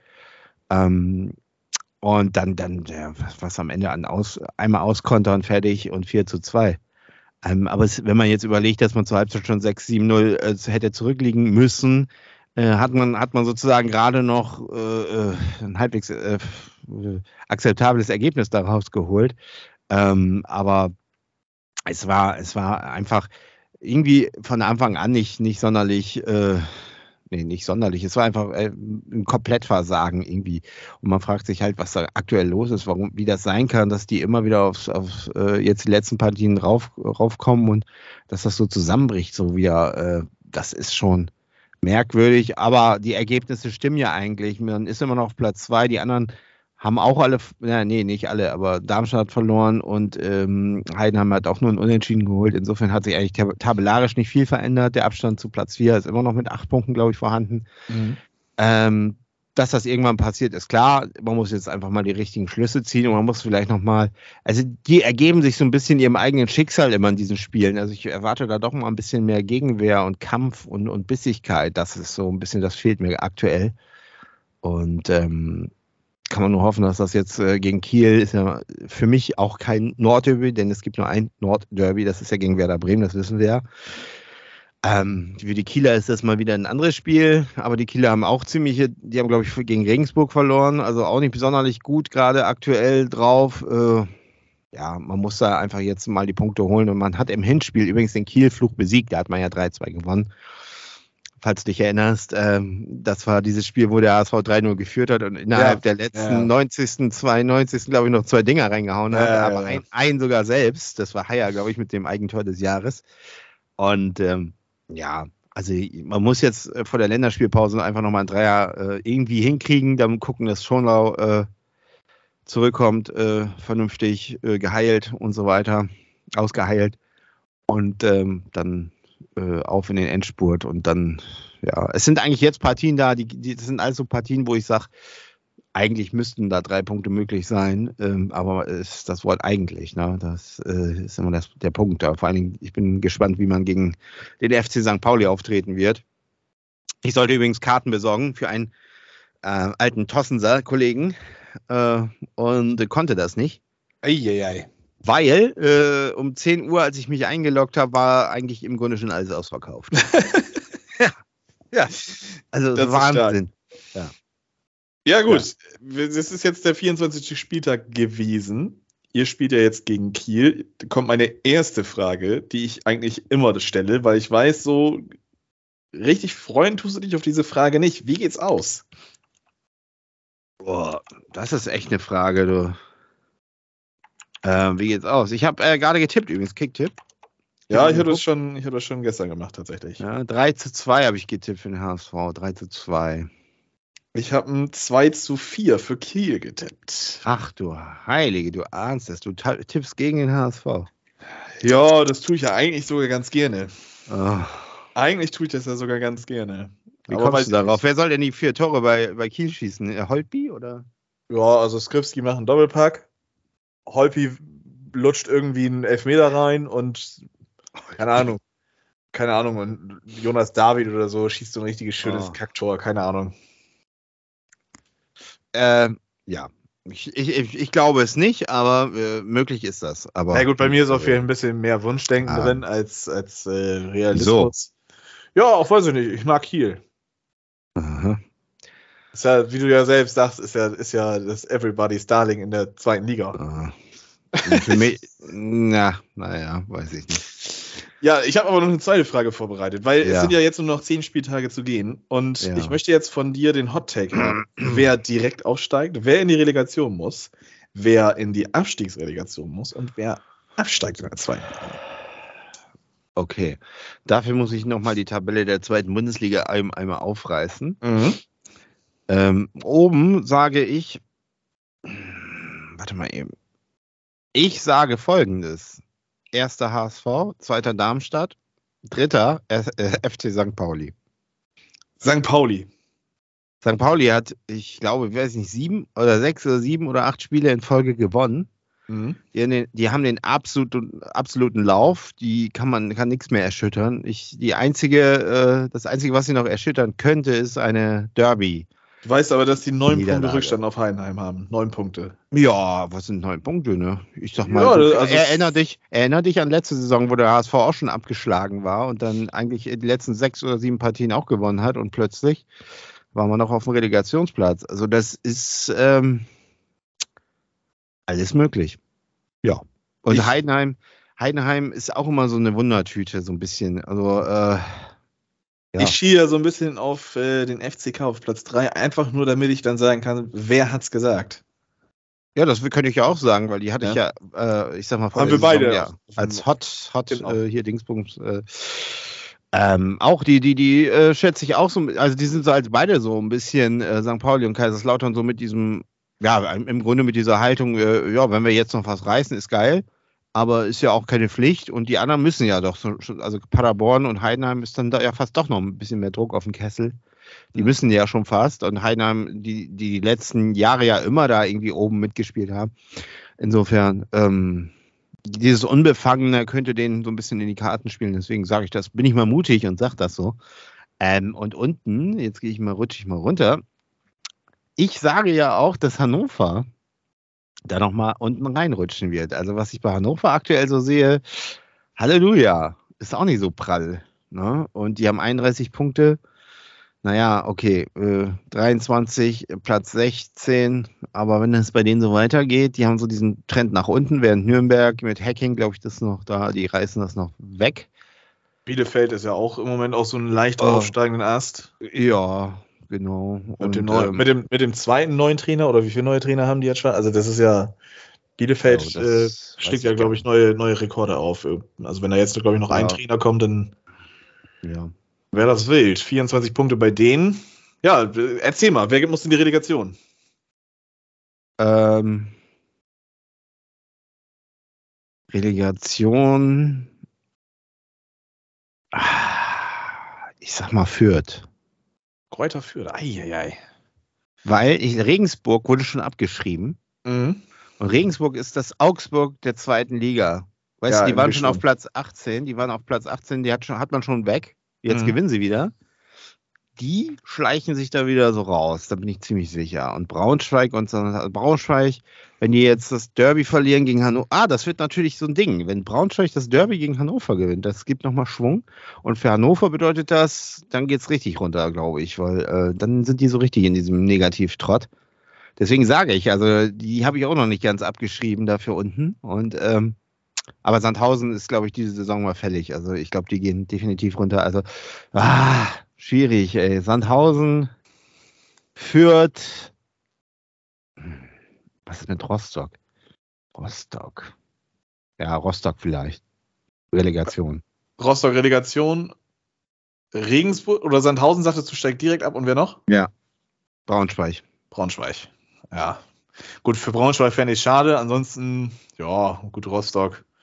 Ähm, und dann, dann ja, was, was am Ende an aus, einmal auskontern, fertig und vier zu zwei. Ähm, aber es, wenn man jetzt überlegt, dass man zur Halbzeit schon sechs sieben null äh, hätte zurückliegen müssen, äh, hat man, hat man sozusagen gerade noch äh, ein halbwegs äh, akzeptables Ergebnis daraus geholt. Ähm, aber es war, es war einfach irgendwie von Anfang an nicht, nicht sonderlich, äh, nee, nicht sonderlich. Es war einfach äh, ein Komplettversagen irgendwie. Und man fragt sich halt, was da aktuell los ist, warum, wie das sein kann, dass die immer wieder aufs, auf äh, jetzt die letzten Partien rauf, raufkommen und dass das so zusammenbricht, so wieder. Äh, das ist schon merkwürdig, aber die Ergebnisse stimmen ja eigentlich. Man ist immer noch auf Platz zwei, die anderen haben auch alle, ja, nee, nicht alle, aber Darmstadt hat verloren und ähm, Heidenheim hat auch nur ein Unentschieden geholt. Insofern hat sich eigentlich tab- tabellarisch nicht viel verändert. Der Abstand zu Platz vier ist immer noch mit acht Punkten, glaube ich, vorhanden. Mhm. Ähm, dass das irgendwann passiert, ist klar. Man muss jetzt einfach mal die richtigen Schlüsse ziehen und man muss vielleicht nochmal, also die ergeben sich so ein bisschen ihrem eigenen Schicksal immer in diesen Spielen. Also ich erwarte da doch mal ein bisschen mehr Gegenwehr und Kampf und, und Bissigkeit. Das ist so ein bisschen, das fehlt mir aktuell. Und ähm, kann man nur hoffen, dass das jetzt äh, gegen Kiel ist ja für mich auch kein Nordderby, denn es gibt nur ein Nordderby, das ist ja gegen Werder Bremen, das wissen wir ja. Ähm, für die Kieler ist das mal wieder ein anderes Spiel, aber die Kieler haben auch ziemliche, die haben glaube ich gegen Regensburg verloren, also auch nicht besonders gut gerade aktuell drauf. Äh, ja, man muss da einfach jetzt mal die Punkte holen und man hat im Hinspiel übrigens den Kiel-Flug besiegt, da hat man ja drei zwei gewonnen. Falls du dich erinnerst, ähm, das war dieses Spiel, wo der H S V drei null geführt hat und innerhalb Ja, der letzten ja. neunzigsten, zweiundneunzigsten glaube ich, noch zwei Dinger reingehauen hat, Ja, aber ja. ein, ein sogar selbst. Das war Haier, glaube ich, mit dem Eigentor des Jahres. Und ähm, ja, also man muss jetzt vor der Länderspielpause einfach nochmal ein Dreier äh, irgendwie hinkriegen, dann gucken, dass Schonlau äh, zurückkommt, äh, vernünftig äh, geheilt und so weiter, ausgeheilt. Und ähm, dann äh, auf in den Endspurt und dann, ja, es sind eigentlich jetzt Partien da, die, die das sind also Partien, wo ich sage, eigentlich müssten da drei Punkte möglich sein, ähm, aber ist das Wort eigentlich, ne? Das äh, ist immer das, der Punkt da. Vor allen Dingen, ich bin gespannt, wie man gegen den F C Sankt Pauli auftreten wird. Ich sollte übrigens Karten besorgen für einen äh, alten Tossenser-Kollegen äh, und konnte das nicht. Eieiei. Weil äh, um zehn Uhr, als ich mich eingeloggt habe, war eigentlich im Grunde schon alles ausverkauft. ja. ja, also Das ist Wahnsinn. Ja. Ja, gut. Es ist jetzt der vierundzwanzigste Spieltag gewesen. Ihr spielt ja jetzt gegen Kiel. Da kommt meine erste Frage, die ich eigentlich immer stelle, weil ich weiß, so richtig freuen tust du dich auf diese Frage nicht. Wie geht's aus? Boah, das ist echt eine Frage, du. Ähm, wie geht's aus? Ich habe äh, gerade getippt übrigens, Kicktipp. Ja, ich habe das schon, ich habe das schon gestern gemacht, tatsächlich. Ja, drei zu zwei habe ich getippt für den H S V. drei zu zwei. Ich habe ein zwei zu vier für Kiel getippt. Ach du Heilige, du ahnst es. Du tippst gegen den H S V. Ja, das tue ich ja eigentlich sogar ganz gerne. Oh. Eigentlich tue ich das ja sogar ganz gerne. Wie Aber kommst weiß du ich darauf? nicht. Wer soll denn die vier Tore bei, bei Kiel schießen? Äh, Holtby oder? Ja, also Skripski macht einen Doppelpack. Holpi lutscht irgendwie einen Elfmeter rein und keine Ahnung. Keine Ahnung. Und Jonas David oder so schießt so ein richtiges schönes Oh. Kacktor. Keine Ahnung. Ähm, ja. Ich, ich, ich, ich glaube es nicht, aber äh, möglich ist das. Aber Na gut, bei mir ist auch äh, viel ein bisschen mehr Wunschdenken ah. drin als, als äh, Realismus. Wieso? Ja, auch weiß ich nicht. Ich mag Kiel. Aha. Ist ja, wie du ja selbst sagst, ist ja, ist ja das Everybody's Darling in der zweiten Liga. Ah. Für mich, na, naja, weiß ich nicht. Ja, ich habe aber noch eine zweite Frage vorbereitet, weil Ja. es sind ja jetzt nur noch zehn Spieltage zu gehen und Ja. ich möchte jetzt von dir den Hot-Take haben. Wer direkt aufsteigt, wer in die Relegation muss, wer in die Abstiegsrelegation muss und wer absteigt in der zweiten Liga. Okay, dafür muss ich nochmal die Tabelle der zweiten Bundesliga ein, einmal aufreißen. Mhm. Ähm, oben sage ich, warte mal eben, ich sage folgendes. Erster H S V, zweiter Darmstadt, dritter äh, F C Sankt Pauli. Sankt Pauli. Sankt Pauli hat, ich glaube, ich weiß nicht, sieben oder sechs oder sieben oder acht Spiele in Folge gewonnen. Mhm. Die, haben den, die haben den absoluten, absoluten Lauf, die kann man kann nichts mehr erschüttern. Ich, die einzige, äh, das Einzige, was sie noch erschüttern könnte, ist eine Derby. Du weißt aber, dass die neun Niederlage. Punkte Rückstand auf Heidenheim haben. Neun Punkte. Ja, was sind neun Punkte, ne? Ich sag mal, Ja, so, also- erinner, dich, erinner dich an letzte Saison, wo der H S V auch schon abgeschlagen war und dann eigentlich die letzten sechs oder sieben Partien auch gewonnen hat und plötzlich waren wir noch auf dem Relegationsplatz. Also das ist ähm, alles möglich. Ja. Und Ich- Heidenheim, Heidenheim ist auch immer so eine Wundertüte, so ein bisschen. Also, äh, ja. Ich schiehe ja so ein bisschen auf äh, den F C K auf Platz drei, einfach nur damit ich dann sagen kann, wer hat's gesagt? Ja, das könnte ich ja auch sagen, weil die hatte Ja. ich ja, äh, ich sag mal, vor Haben der wir beide Saison, ja. ja, als Hot, Hot Genau. äh, hier Dingsbums. Äh, ähm, auch die, die, die äh, schätze ich auch so, also die sind so als beide so ein bisschen äh, Sankt Pauli und Kaiserslautern so mit diesem, ja, im Grunde mit dieser Haltung, äh, ja, wenn wir jetzt noch was reißen, ist geil, aber ist ja auch keine Pflicht und die anderen müssen ja doch, so, also Paderborn und Heidenheim ist dann da ja fast doch noch ein bisschen mehr Druck auf den Kessel. Die Mhm. müssen ja schon fast und Heidenheim, die die letzten Jahre ja immer da irgendwie oben mitgespielt haben. Insofern, ähm, dieses Unbefangene könnte denen so ein bisschen in die Karten spielen. Deswegen sage ich das, bin ich mal mutig und sage das so. Ähm, und unten, jetzt gehe ich mal, rutsche ich mal runter. Ich sage ja auch, dass Hannover da nochmal unten reinrutschen wird. Also was ich bei Hannover aktuell so sehe, Halleluja, ist auch nicht so prall. Ne? Und die haben einunddreißig Punkte. Naja, okay, äh, dreiundzwanzig, Platz sechzehn, aber wenn es bei denen so weitergeht, die haben so diesen Trend nach unten, während Nürnberg mit Hacking, glaube ich, das noch da, die reißen das noch weg. Bielefeld ist ja auch im Moment auch so ein leicht Oh. aufsteigenden Ast. Ja, genau. Mit, Und, dem neuen, ähm, mit, dem, mit dem zweiten neuen Trainer, oder wie viele neue Trainer haben die jetzt schon? Also das ist ja, Bielefeld Oh, das äh, weiß schlägt ich ja, gar glaube ich, neue, neue Rekorde auf. Also wenn da jetzt, glaube ich, noch Ja. ein Trainer kommt, dann ja. wäre das wild. vierundzwanzig Punkte bei denen. Ja, erzähl mal, wer muss in die Relegation? Ähm, Relegation. Ah, ich sag mal Fürth. Kräuter Fürth. Eieiei. Weil ich, Regensburg wurde schon abgeschrieben. Mhm. Und Regensburg ist das Augsburg der zweiten Liga. Weißt Ja, du, die waren irgendwie schon schon. auf Platz achtzehn, die waren auf Platz achtzehn, die hat, schon, hat man schon weg. Jetzt Mhm. gewinnen sie wieder. Die schleichen sich da wieder so raus, da bin ich ziemlich sicher. Und Braunschweig und so, Braunschweig, wenn die jetzt das Derby verlieren gegen Hannover, ah, das wird natürlich so ein Ding. Wenn Braunschweig das Derby gegen Hannover gewinnt, das gibt nochmal Schwung. Und für Hannover bedeutet das, dann geht's richtig runter, glaube ich, weil äh, dann sind die so richtig in diesem Negativtrott. Deswegen sage ich, also die habe ich auch noch nicht ganz abgeschrieben dafür unten. Und ähm, aber Sandhausen ist, glaube ich, diese Saison mal fällig. Also ich glaube, die gehen definitiv runter. Also ah, schwierig, ey. Sandhausen, Fürth. Was ist mit Rostock? Rostock. Ja, Rostock vielleicht. Relegation. Rostock Relegation. Regensburg oder Sandhausen sagtest du, steigt direkt ab und wer noch? Ja. Braunschweig. Braunschweig. Ja. Gut, für Braunschweig fände ich schade. Ansonsten, ja, gut, Rostock.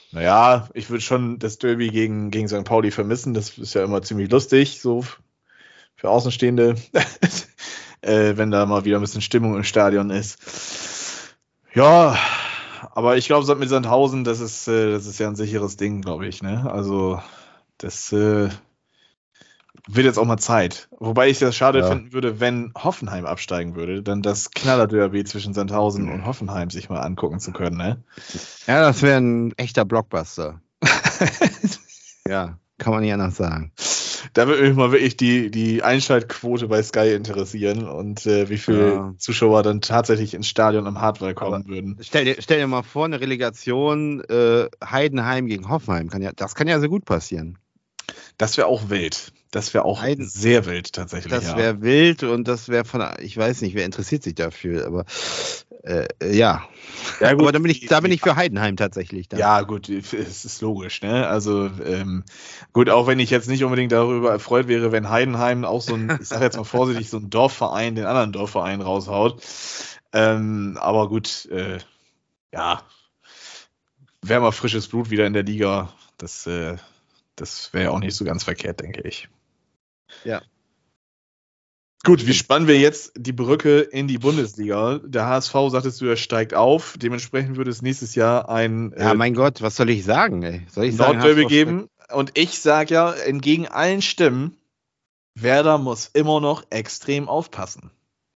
Naja, ich würde schon das Derby gegen, gegen Sankt Pauli vermissen. Das ist ja immer ziemlich lustig, so für Außenstehende, äh, wenn da mal wieder ein bisschen Stimmung im Stadion ist. Ja, aber ich glaube, mit Sandhausen, das ist, äh, das ist ja ein sicheres Ding, glaube ich. Ne? Also, das äh, wird jetzt auch mal Zeit. Wobei ich das schade Ja. finden würde, wenn Hoffenheim absteigen würde, dann das Knaller-Derby zwischen Sandhausen und Hoffenheim sich mal angucken zu können. Ne? Ja, das wäre ein echter Blockbuster. Ja, kann man nicht anders sagen. Da würde mich mal wirklich die, die Einschaltquote bei Sky interessieren und äh, wie viele Ja. Zuschauer dann tatsächlich ins Stadion am Hartwall kommen Aber würden. Stell dir, stell dir mal vor, eine Relegation äh, Heidenheim gegen Hoffenheim. Kann ja, das kann ja sehr gut passieren. Das wäre auch wild. Das wäre auch Heiden- sehr wild tatsächlich. Das ja. wäre wild und das wäre von, ich weiß nicht, wer interessiert sich dafür, aber äh, ja. Ja, gut, aber da bin ich, die- da bin die- ich für Heidenheim tatsächlich. Dann. Ja, gut, es ist logisch, ne? Also, ähm, gut, auch wenn ich jetzt nicht unbedingt darüber erfreut wäre, wenn Heidenheim auch so ein, ich sage jetzt mal vorsichtig, so ein Dorfverein den anderen Dorfverein raushaut. Ähm, aber gut, äh, ja, wäre mal frisches Blut wieder in der Liga. Das, äh, das wäre auch nicht so ganz verkehrt, denke ich. Ja. Gut, wie spannen wir jetzt die Brücke in die Bundesliga? Der H S V, sagtest du, er steigt auf. Dementsprechend würde es nächstes Jahr ein Ja, äh, mein Gott, was soll ich sagen, ey? Soll ich sagen, Nordderby H S V geben. Und ich sage ja, entgegen allen Stimmen, Werder muss immer noch extrem aufpassen.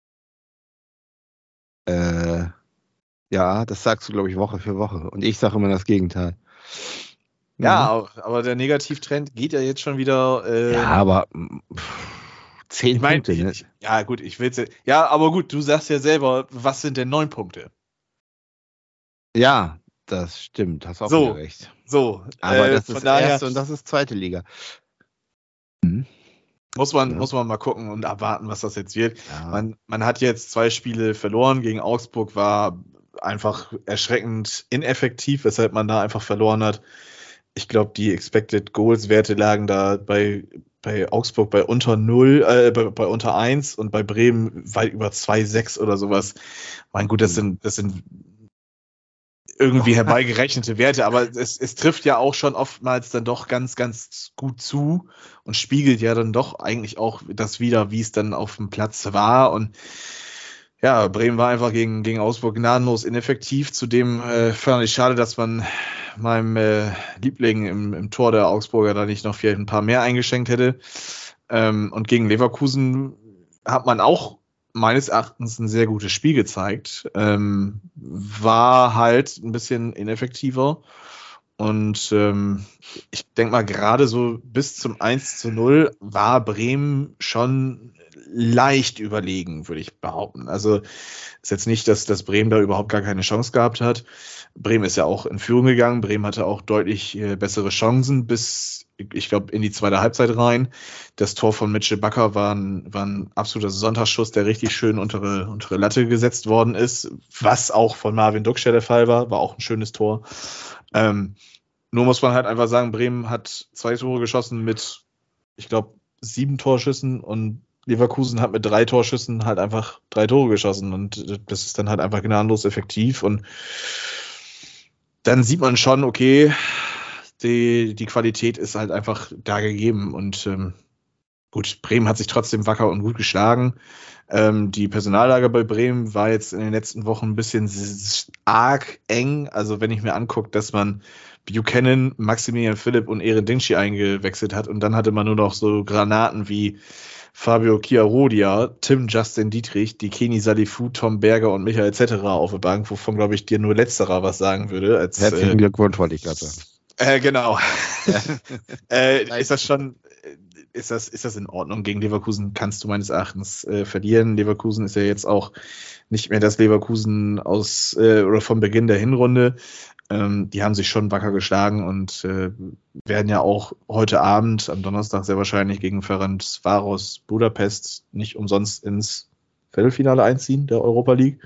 Äh, ja, das sagst du, glaube ich, Woche für Woche. Und ich sage immer das Gegenteil. Ja, aber der Negativtrend geht ja jetzt schon wieder. Äh, Ja, aber mm, pff, zehn ich meine, Punkte, ne? ich, ja gut, ich will ja, aber gut, du sagst ja selber, was sind denn neun Punkte? Ja, das stimmt, hast auch So. wieder recht. So, Aber äh, das von ist daher erste und das ist zweite Liga. muss man, Ja. muss man mal gucken und abwarten, was das jetzt wird. Ja. Man, man hat jetzt zwei Spiele verloren. Gegen Augsburg war einfach erschreckend ineffektiv, weshalb man da einfach verloren hat. Ich glaube, die Expected Goals Werte lagen da bei, bei Augsburg bei unter null, äh, bei, bei unter eins und bei Bremen weit über zwei Komma sechs oder sowas. Mein gut, das sind, das sind irgendwie herbeigerechnete Werte, aber es, es trifft ja auch schon oftmals dann doch ganz, ganz gut zu und spiegelt ja dann doch eigentlich auch das wieder, wie es dann auf dem Platz war. Und ja, Bremen war einfach gegen, gegen Augsburg gnadenlos ineffektiv. Zudem äh, fand ich schade, dass man meinem äh, Liebling im, im Tor der Augsburger da nicht noch vielleicht ein paar mehr eingeschenkt hätte. Ähm, und gegen Leverkusen hat man auch meines Erachtens ein sehr gutes Spiel gezeigt. Ähm, war halt ein bisschen ineffektiver. Und ähm, ich denke mal, gerade so bis zum eins zu null war Bremen schon leicht überlegen, würde ich behaupten. Also ist jetzt nicht, dass, dass Bremen da überhaupt gar keine Chance gehabt hat. Bremen ist ja auch in Führung gegangen. Bremen hatte auch deutlich äh, bessere Chancen bis, ich glaube, in die zweite Halbzeit rein. Das Tor von Mitchell Bakker war ein, war ein absoluter Sonntagsschuss, der richtig schön untere, untere Latte gesetzt worden ist, was auch von Marvin Dukscher der Fall war. War auch ein schönes Tor. Ähm, nur muss man halt einfach sagen, Bremen hat zwei Tore geschossen mit, ich glaube, sieben Torschüssen und Leverkusen hat mit drei Torschüssen halt einfach drei Tore geschossen und das ist dann halt einfach gnadenlos effektiv und dann sieht man schon, okay, die, die Qualität ist halt einfach da gegeben und ähm, gut, Bremen hat sich trotzdem wacker und gut geschlagen. Ähm, die Personallage bei Bremen war jetzt in den letzten Wochen ein bisschen arg eng, also wenn ich mir angucke, dass man Buchanan, Maximilian Philipp und Eren Dingschi eingewechselt hat und dann hatte man nur noch so Granaten wie Fabio Chiarodia, Tim Justin Dietrich, die Kenny Salifu, Tom Berger und Michael Zetterer auf der Bank, wovon, glaube ich, dir nur letzterer was sagen würde. Als, Herzlichen äh, Glückwunsch, wollte ich gerade sagen. Äh, genau. äh, ist das schon, ist das, ist das in Ordnung? Gegen Leverkusen kannst du meines Erachtens äh, verlieren. Leverkusen ist ja jetzt auch nicht mehr das Leverkusen aus äh, oder vom Beginn der Hinrunde. Ähm, die haben sich schon wacker geschlagen und äh, werden ja auch heute Abend, am Donnerstag sehr wahrscheinlich gegen Ferencváros Budapest nicht umsonst ins Viertelfinale einziehen der Europa League.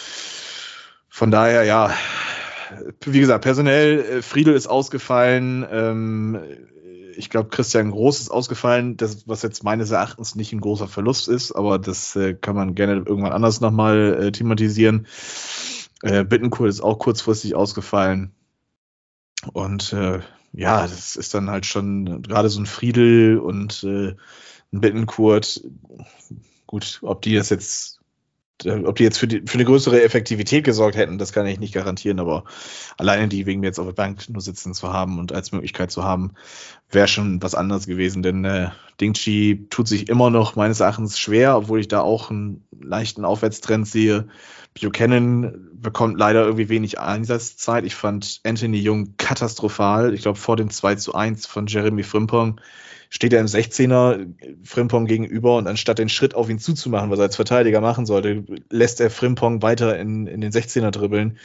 Von daher, ja, wie gesagt, personell, äh, Friedel ist ausgefallen, ähm, ich glaube, Christian Groß ist ausgefallen, das, was jetzt meines Erachtens nicht ein großer Verlust ist, aber das äh, kann man gerne irgendwann anders nochmal äh, thematisieren. Äh, Bittencourt ist auch kurzfristig ausgefallen. Und äh, ja, das ist dann halt schon gerade so ein Friedel und äh, ein Bittenkurt. Gut, ob die das jetzt, ob die jetzt für, die, für eine größere Effektivität gesorgt hätten, das kann ich nicht garantieren, aber alleine die wegen mir jetzt auf der Bank nur sitzen zu haben und als Möglichkeit zu haben, wäre schon was anderes gewesen, denn äh, Dingchi tut sich immer noch meines Erachtens schwer, obwohl ich da auch einen leichten Aufwärtstrend sehe. Buchanan bekommt leider irgendwie wenig Einsatzzeit. Ich fand Anthony Jung katastrophal. Ich glaube, vor dem zwei zu eins von Jeremy Frimpong steht er im sechzehner Frimpong gegenüber und anstatt den Schritt auf ihn zuzumachen, was er als Verteidiger machen sollte, lässt er Frimpong weiter in, in den sechzehner dribbeln.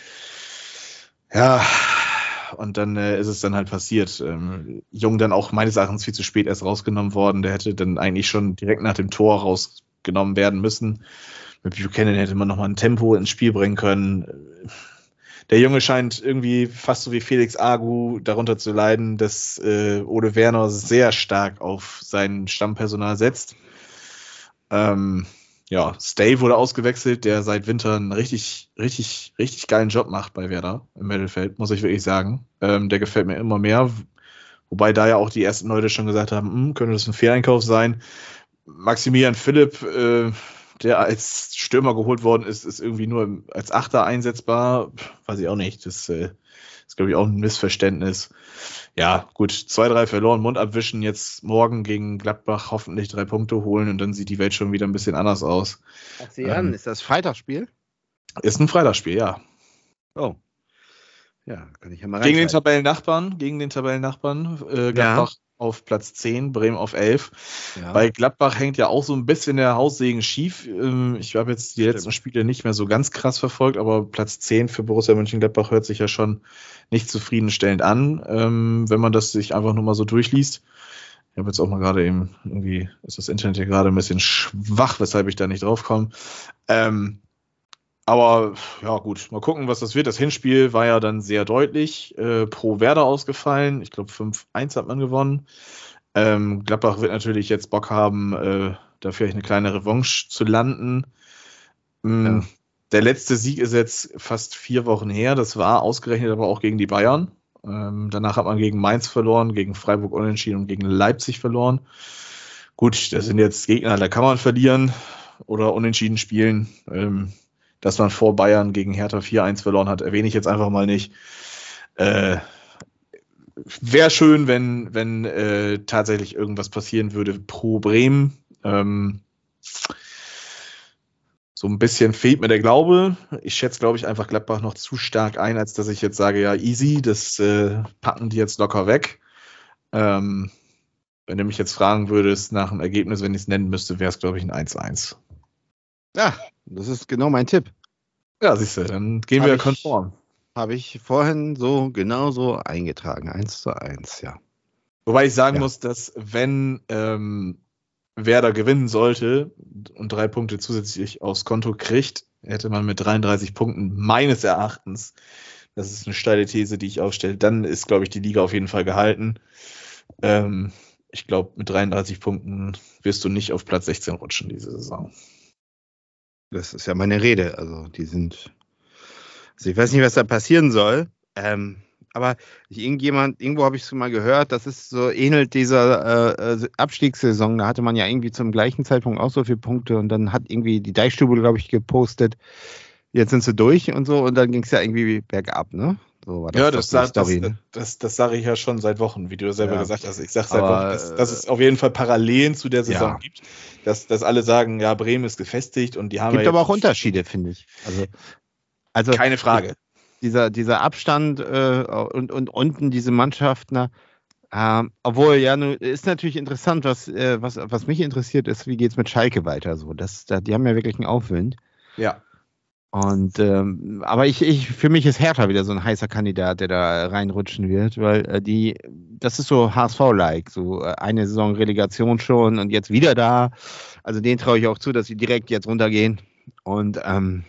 Ja, und dann äh, ist es dann halt passiert. Ähm, Jung dann auch meines Erachtens viel zu spät erst rausgenommen worden. Der hätte dann eigentlich schon direkt nach dem Tor rausgenommen werden müssen. Mit Buchanan hätte man nochmal ein Tempo ins Spiel bringen können. Der Junge scheint irgendwie fast so wie Felix Agu darunter zu leiden, dass äh, Ole Werner sehr stark auf sein Stammpersonal setzt. Ähm, ja, Stay wurde ausgewechselt, der seit Winter einen richtig, richtig, richtig geilen Job macht bei Werder im Mittelfeld, muss ich wirklich sagen. Ähm, der gefällt mir immer mehr. Wobei da ja auch die ersten Leute schon gesagt haben, könnte das ein Fehleinkauf sein. Maximilian Philipp, äh, der als Stürmer geholt worden ist, ist irgendwie nur als Achter einsetzbar. Weiß ich auch nicht. Das äh, ist, glaube ich, auch ein Missverständnis. Ja, gut, zwei, drei verloren, Mund abwischen, jetzt morgen gegen Gladbach hoffentlich drei Punkte holen und dann sieht die Welt schon wieder ein bisschen anders aus. Ach, Sie an, Ähm, ist das Freitagsspiel? Ist ein Freitagsspiel, ja. Oh. Ja, kann ich ja mal Gegen den reinschreiben. Tabellennachbarn, gegen den Tabellennachbarn, äh, Gladbach auf Platz zehn, Bremen auf elf. Ja. Bei Gladbach hängt ja auch so ein bisschen der Haussegen schief. Ähm, ich habe jetzt die letzten Spiele nicht mehr so ganz krass verfolgt, aber Platz zehn für Borussia Mönchengladbach hört sich ja schon nicht zufriedenstellend an, ähm, wenn man das sich einfach nur mal so durchliest. Ich habe jetzt auch mal gerade eben, irgendwie ist das Internet hier gerade ein bisschen schwach, weshalb ich da nicht drauf komme. Ähm, aber ja gut, mal gucken, was das wird. Das Hinspiel war ja dann sehr deutlich äh, pro Werder ausgefallen. Ich glaube fünf eins hat man gewonnen. Ähm, Gladbach wird natürlich jetzt Bock haben, äh, da vielleicht eine kleine Revanche zu landen. Ähm, Ja. Der letzte Sieg ist jetzt fast vier Wochen her. Das war ausgerechnet aber auch gegen die Bayern. Ähm, danach hat man gegen Mainz verloren, gegen Freiburg unentschieden und gegen Leipzig verloren. Gut, das sind jetzt Gegner, da kann man verlieren oder unentschieden spielen. Ähm, dass man vor Bayern gegen Hertha vier eins verloren hat, erwähne ich jetzt einfach mal nicht. Äh, Wäre schön, wenn, wenn äh, tatsächlich irgendwas passieren würde pro Bremen. Ähm, so ein bisschen fehlt mir der Glaube. Ich schätze, glaube ich, einfach Gladbach noch zu stark ein, als dass ich jetzt sage, ja, easy, das äh, packen die jetzt locker weg. Ähm, wenn du mich jetzt fragen würdest nach dem Ergebnis, wenn ich es nennen müsste, wäre es, glaube ich, ein eins eins. Ja, das ist genau mein Tipp. Ja, siehst du, dann gehen Hab wir ich- konform. Habe ich vorhin so genauso eingetragen. eins zu eins, ja. Wobei ich sagen Ja. muss, dass wenn ähm, Werder gewinnen sollte und drei Punkte zusätzlich aufs Konto kriegt, hätte man mit dreiunddreißig Punkten meines Erachtens, das ist eine steile These, die ich aufstelle, dann ist, glaube ich, die Liga auf jeden Fall gehalten. Ähm, ich glaube, mit dreiunddreißig Punkten wirst du nicht auf Platz sechzehn rutschen diese Saison. Das ist ja meine Rede. Also die sind. Also ich weiß nicht, was da passieren soll. Ähm, aber irgendjemand, irgendwo habe ich es mal gehört, das ist so ähnelt dieser äh, Abstiegssaison. Da hatte man ja irgendwie zum gleichen Zeitpunkt auch so viele Punkte und dann hat irgendwie die Deichstube, glaube ich, gepostet, jetzt sind sie durch und so und dann ging es ja irgendwie bergab, ne? So war das Ja, doch das, die das, Story, das, ne? das, das sage ich ja schon seit Wochen, wie du selber Ja. gesagt hast. Ich sage seit Aber, Wochen, dass, dass es auf jeden Fall Parallelen zu der Saison ja. gibt. Dass, dass alle sagen, ja, Bremen ist gefestigt und die haben Gibt ja aber jetzt auch Unterschiede, finde ich. Also, also keine Frage. dieser, dieser Abstand äh, und, und unten diese Mannschaften, na, ähm, obwohl, ja, nu, ist natürlich interessant, was, äh, was, was mich interessiert ist, wie geht es mit Schalke weiter? So, das, da, die haben ja wirklich einen Aufwind. Ja. Und ähm, aber ich, ich, für mich ist Hertha wieder so ein heißer Kandidat, der da reinrutschen wird, weil äh, die, das ist so H S V-like, so äh, eine Saison Relegation schon und jetzt wieder da. Also denen traue ich auch zu, dass sie direkt jetzt runtergehen und ähm,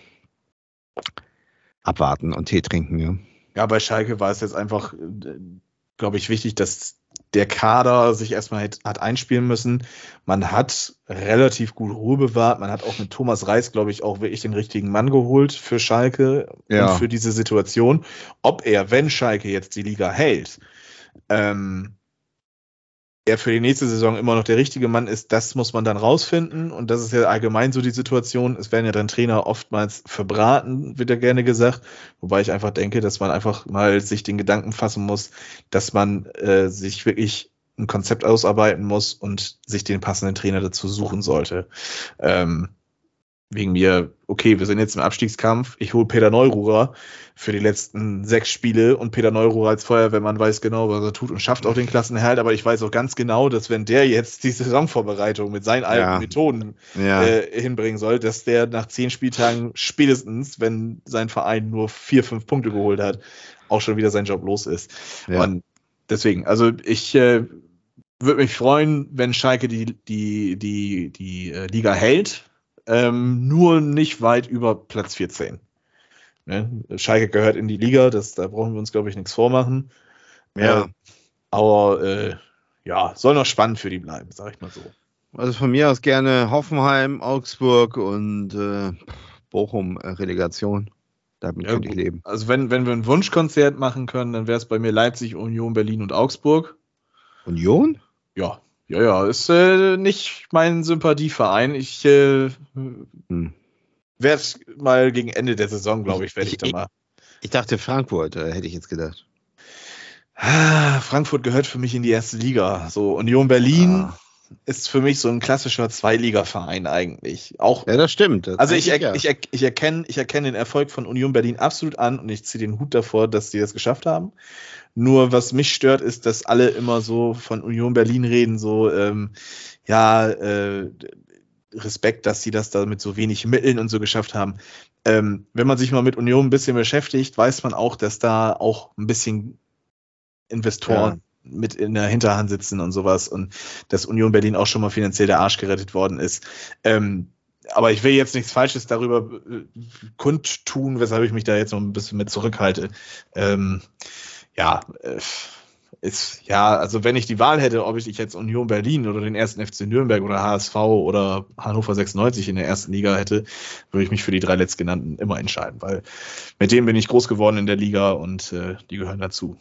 abwarten und Tee trinken, ja. Ja, bei Schalke war es jetzt einfach, glaube ich, wichtig, dass der Kader sich erstmal hat, hat einspielen müssen. Man hat relativ gut Ruhe bewahrt. Man hat auch mit Thomas Reis, glaube ich, auch wirklich den richtigen Mann geholt für Schalke Ja. und für diese Situation. Ob er, wenn Schalke jetzt die Liga hält, ähm, er für die nächste Saison immer noch der richtige Mann ist, das muss man dann rausfinden. Und das ist ja allgemein so die Situation. Es werden ja dann Trainer oftmals verbraten, wird ja gerne gesagt. Wobei ich einfach denke, dass man einfach mal sich den Gedanken fassen muss, dass man äh, sich wirklich ein Konzept ausarbeiten muss und sich den passenden Trainer dazu suchen sollte. Ähm, wegen mir, okay, wir sind jetzt im Abstiegskampf, ich hole Peter Neururer für die letzten sechs Spiele und Peter Neururer als Feuerwehrmann weiß genau, was er tut und schafft auch den Klassenerhalt, aber ich weiß auch ganz genau, dass wenn der jetzt die Saisonvorbereitung mit seinen alten Ja. Methoden Ja. äh, hinbringen soll, dass der nach zehn Spieltagen spätestens, wenn sein Verein nur vier, fünf Punkte geholt hat, auch schon wieder sein Job los ist. Ja. Und deswegen, also ich äh, würde mich freuen, wenn Schalke die, die, die, die äh, Liga hält, ähm, nur nicht weit über Platz vierzehn. Ne? Schalke gehört in die Liga, das, da brauchen wir uns, glaube ich, nichts vormachen. Ja. Äh, aber äh, ja, soll noch spannend für die bleiben, sag ich mal so. Also von mir aus gerne Hoffenheim, Augsburg und äh, Bochum äh, Relegation. Damit Ja, könnte ich leben. Also wenn, wenn wir ein Wunschkonzert machen können, dann wäre es bei mir Leipzig, Union, Berlin und Augsburg. Union? Ja, ja, ja, ist äh, nicht mein Sympathieverein. Ich äh, Hm. werde mal gegen Ende der Saison, glaube ich, werde ich, Ich- da ich- mal. Ich dachte Frankfurt, äh, hätte ich jetzt gedacht. Ah, Frankfurt gehört für mich in die erste Liga. So, Union Berlin Ah. ist für mich so ein klassischer Zweiligaverein eigentlich. Auch, Ja, das stimmt. Das also ich, eigentlich, er, ja. ich, er, ich, erkenne, ich erkenne den Erfolg von Union Berlin absolut an und ich ziehe den Hut davor, dass die das geschafft haben. Nur was mich stört, ist, dass alle immer so von Union Berlin reden, so, ähm, ja, äh, Respekt, dass sie das da mit so wenig Mitteln und so geschafft haben. Ähm, wenn man sich mal mit Union ein bisschen beschäftigt, weiß man auch, dass da auch ein bisschen Investoren mit in der Hinterhand sitzen und sowas und dass Union Berlin auch schon mal finanziell der Arsch gerettet worden ist. Ähm, aber ich will jetzt nichts Falsches darüber äh, kundtun, weshalb ich mich da jetzt noch ein bisschen mit zurückhalte. Ähm, ja, äh, ist, ja, also wenn ich die Wahl hätte, ob ich jetzt Union Berlin oder den ersten F C Nürnberg oder H S V oder Hannover sechsundneunzig in der ersten Liga hätte, würde ich mich für die drei letztgenannten immer entscheiden, weil mit denen bin ich groß geworden in der Liga und äh, die gehören dazu.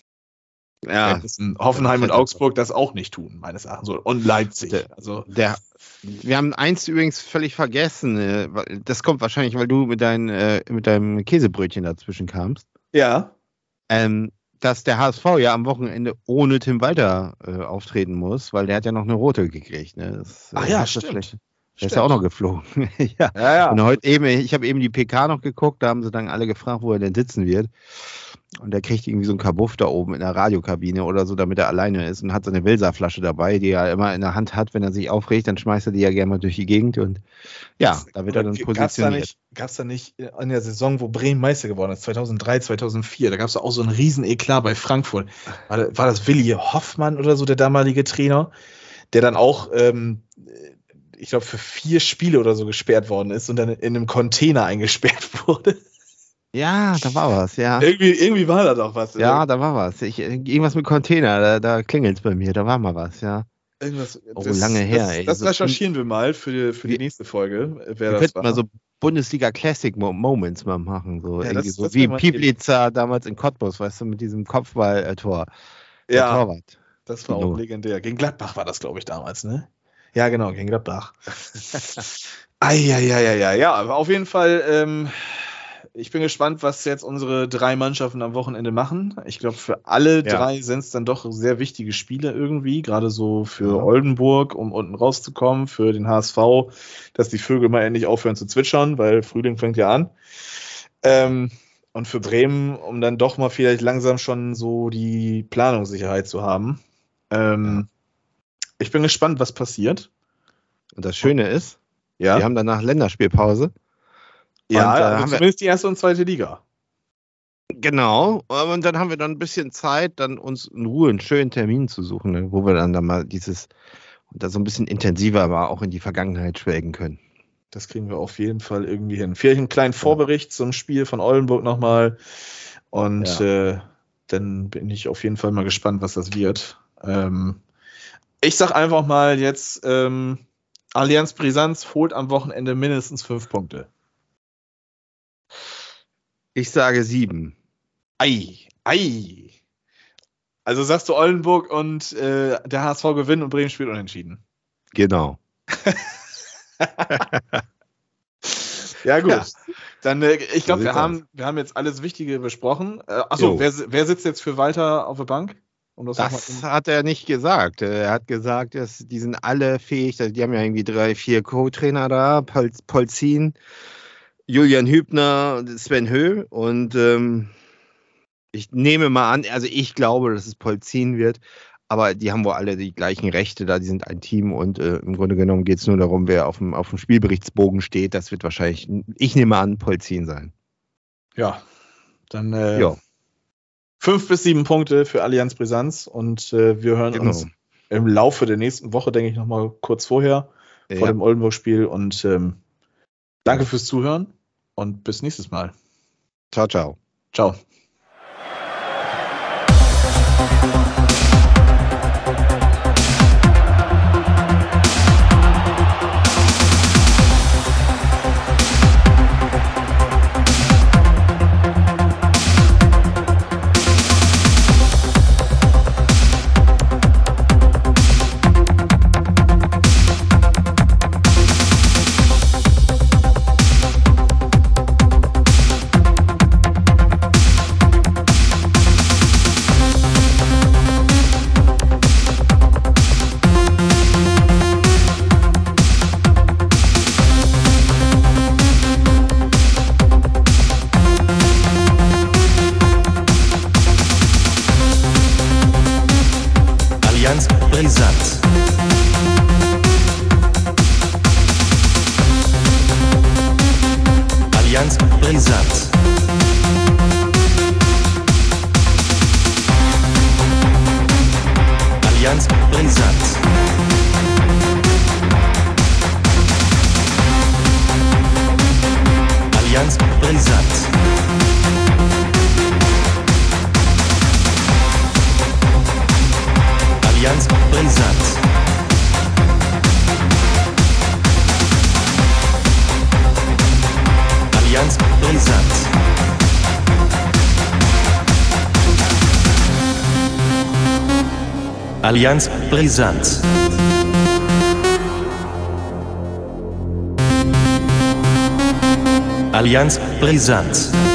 Ja, Vielleicht müssen Hoffenheim und Augsburg das auch nicht tun, meines Erachtens. Und Leipzig. Der- Also, der, wir haben eins übrigens völlig vergessen. äh, weil- Das kommt wahrscheinlich, weil du mit, dein, äh, mit deinem Käsebrötchen dazwischen kamst. ja. Ähm, dass der H S V ja am Wochenende ohne Tim Walter äh, auftreten muss, weil der hat ja noch eine rote gekriegt. Ne? Das, Ach äh, ja, hast du stimmt. vielleicht- Der Stimmt. ist ja auch noch geflogen. ja. Ja, ja. Und heute eben, ich habe eben die P K noch geguckt, da haben sie dann alle gefragt, wo er denn sitzen wird. Und der kriegt irgendwie so einen Kabuff da oben in der Radiokabine oder so, damit er alleine ist und hat so eine Wilsa-Flasche dabei, die er immer in der Hand hat, wenn er sich aufregt, dann schmeißt er die ja gerne mal durch die Gegend und ja, da wird er dann Gab's da positioniert. nicht, gab's da nicht in der Saison, wo Bremen Meister geworden ist, zweitausenddrei, zweitausendvier, da gab es auch so einen riesen Eklat bei Frankfurt. War, da- war das Willi Hoffmann oder so, der damalige Trainer, der dann auch, ähm, ich glaube, für vier Spiele oder so gesperrt worden ist und dann in einem Container eingesperrt wurde. Ja, da war was, ja. irgendwie, irgendwie war da doch was. Ja, da war was. Ich, irgendwas mit Container, da, da klingelt es bei mir, da war mal was, ja. Irgendwas, Oh, lange her, Das, ey. das So recherchieren wir mal für die, für die Wir- nächste Folge, wer Wir das könnten war. mal so Bundesliga Classic Mo- Moments mal machen, so, Ja, irgendwie das- so das wie wär mal Pieplitzer damals in Cottbus, weißt du, mit diesem Kopfball-Tor. Der ja, Torwart. das war Genau. auch legendär. Gegen Gladbach war das, glaube ich, damals, ne? Ja, genau, gegen Gladbach. Eieieiei, ja, aber auf jeden Fall, ähm, ich bin gespannt, was jetzt unsere drei Mannschaften am Wochenende machen. Ich glaube, für alle Ja. drei sind es dann doch sehr wichtige Spiele irgendwie, gerade so für Ja. Oldenburg, um unten rauszukommen, für den H S V, dass die Vögel mal endlich aufhören zu zwitschern, weil Frühling fängt ja an. Ähm, und für Bremen, um dann doch mal vielleicht langsam schon so die Planungssicherheit zu haben. Ähm, Ich bin gespannt, was passiert. Und das Schöne ist, Ja, wir haben danach Länderspielpause. ja, und, äh, also haben wir- zumindest die erste und zweite Liga. Genau, und dann haben wir dann ein bisschen Zeit, dann uns in Ruhe einen schönen Termin zu suchen, ne, wo wir dann, dann mal dieses, und da so ein bisschen intensiver aber auch in die Vergangenheit schwelgen können. Das kriegen wir auf jeden Fall irgendwie hin. Vielleicht einen kleinen Vorbericht zum Spiel von Oldenburg nochmal. Und Ja. äh, dann bin ich auf jeden Fall mal gespannt, was das wird. Ähm, ich sag einfach mal jetzt, ähm, Allianz Brisanz holt am Wochenende mindestens fünf Punkte. Ich sage sieben. Ei, ei. Also sagst du Oldenburg und äh, der H S V gewinnen und Bremen spielt unentschieden. Genau. Ja, gut. Ja. Dann, äh, ich glaube, So wir sieht's haben, wir haben jetzt alles Wichtige besprochen. Äh, achso, Jo. wer, wer sitzt jetzt für Walter auf der Bank? Um das noch Das mal- hat er nicht gesagt. Er hat gesagt, dass die sind alle fähig. Die haben ja irgendwie drei, vier Co-Trainer da. Pol Polzin, Julian Hübner, Sven Höh. Und ähm, ich nehme mal an, also ich glaube, dass es Polzin wird. Aber die haben wohl alle die gleichen Rechte da. Die sind ein Team. Und äh, im Grunde genommen geht es nur darum, wer auf dem, auf dem Spielberichtsbogen steht. Das wird wahrscheinlich, ich nehme an, Polzin sein. Ja, dann äh, Ja, fünf bis sieben Punkte für Allianz Brisanz und äh, wir hören genau. uns im Laufe der nächsten Woche, denke ich, nochmal kurz vorher, vor Ja. dem Oldenburg-Spiel und ähm, danke fürs Zuhören und bis nächstes Mal. Ciao, ciao. Ciao. Allianz Brisant. Allianz Brisant. Allianz Brisant. Allianz Brisant. Allianz Brisant. Allianz Brisant. Allianz Brisant. Allianz Brisant.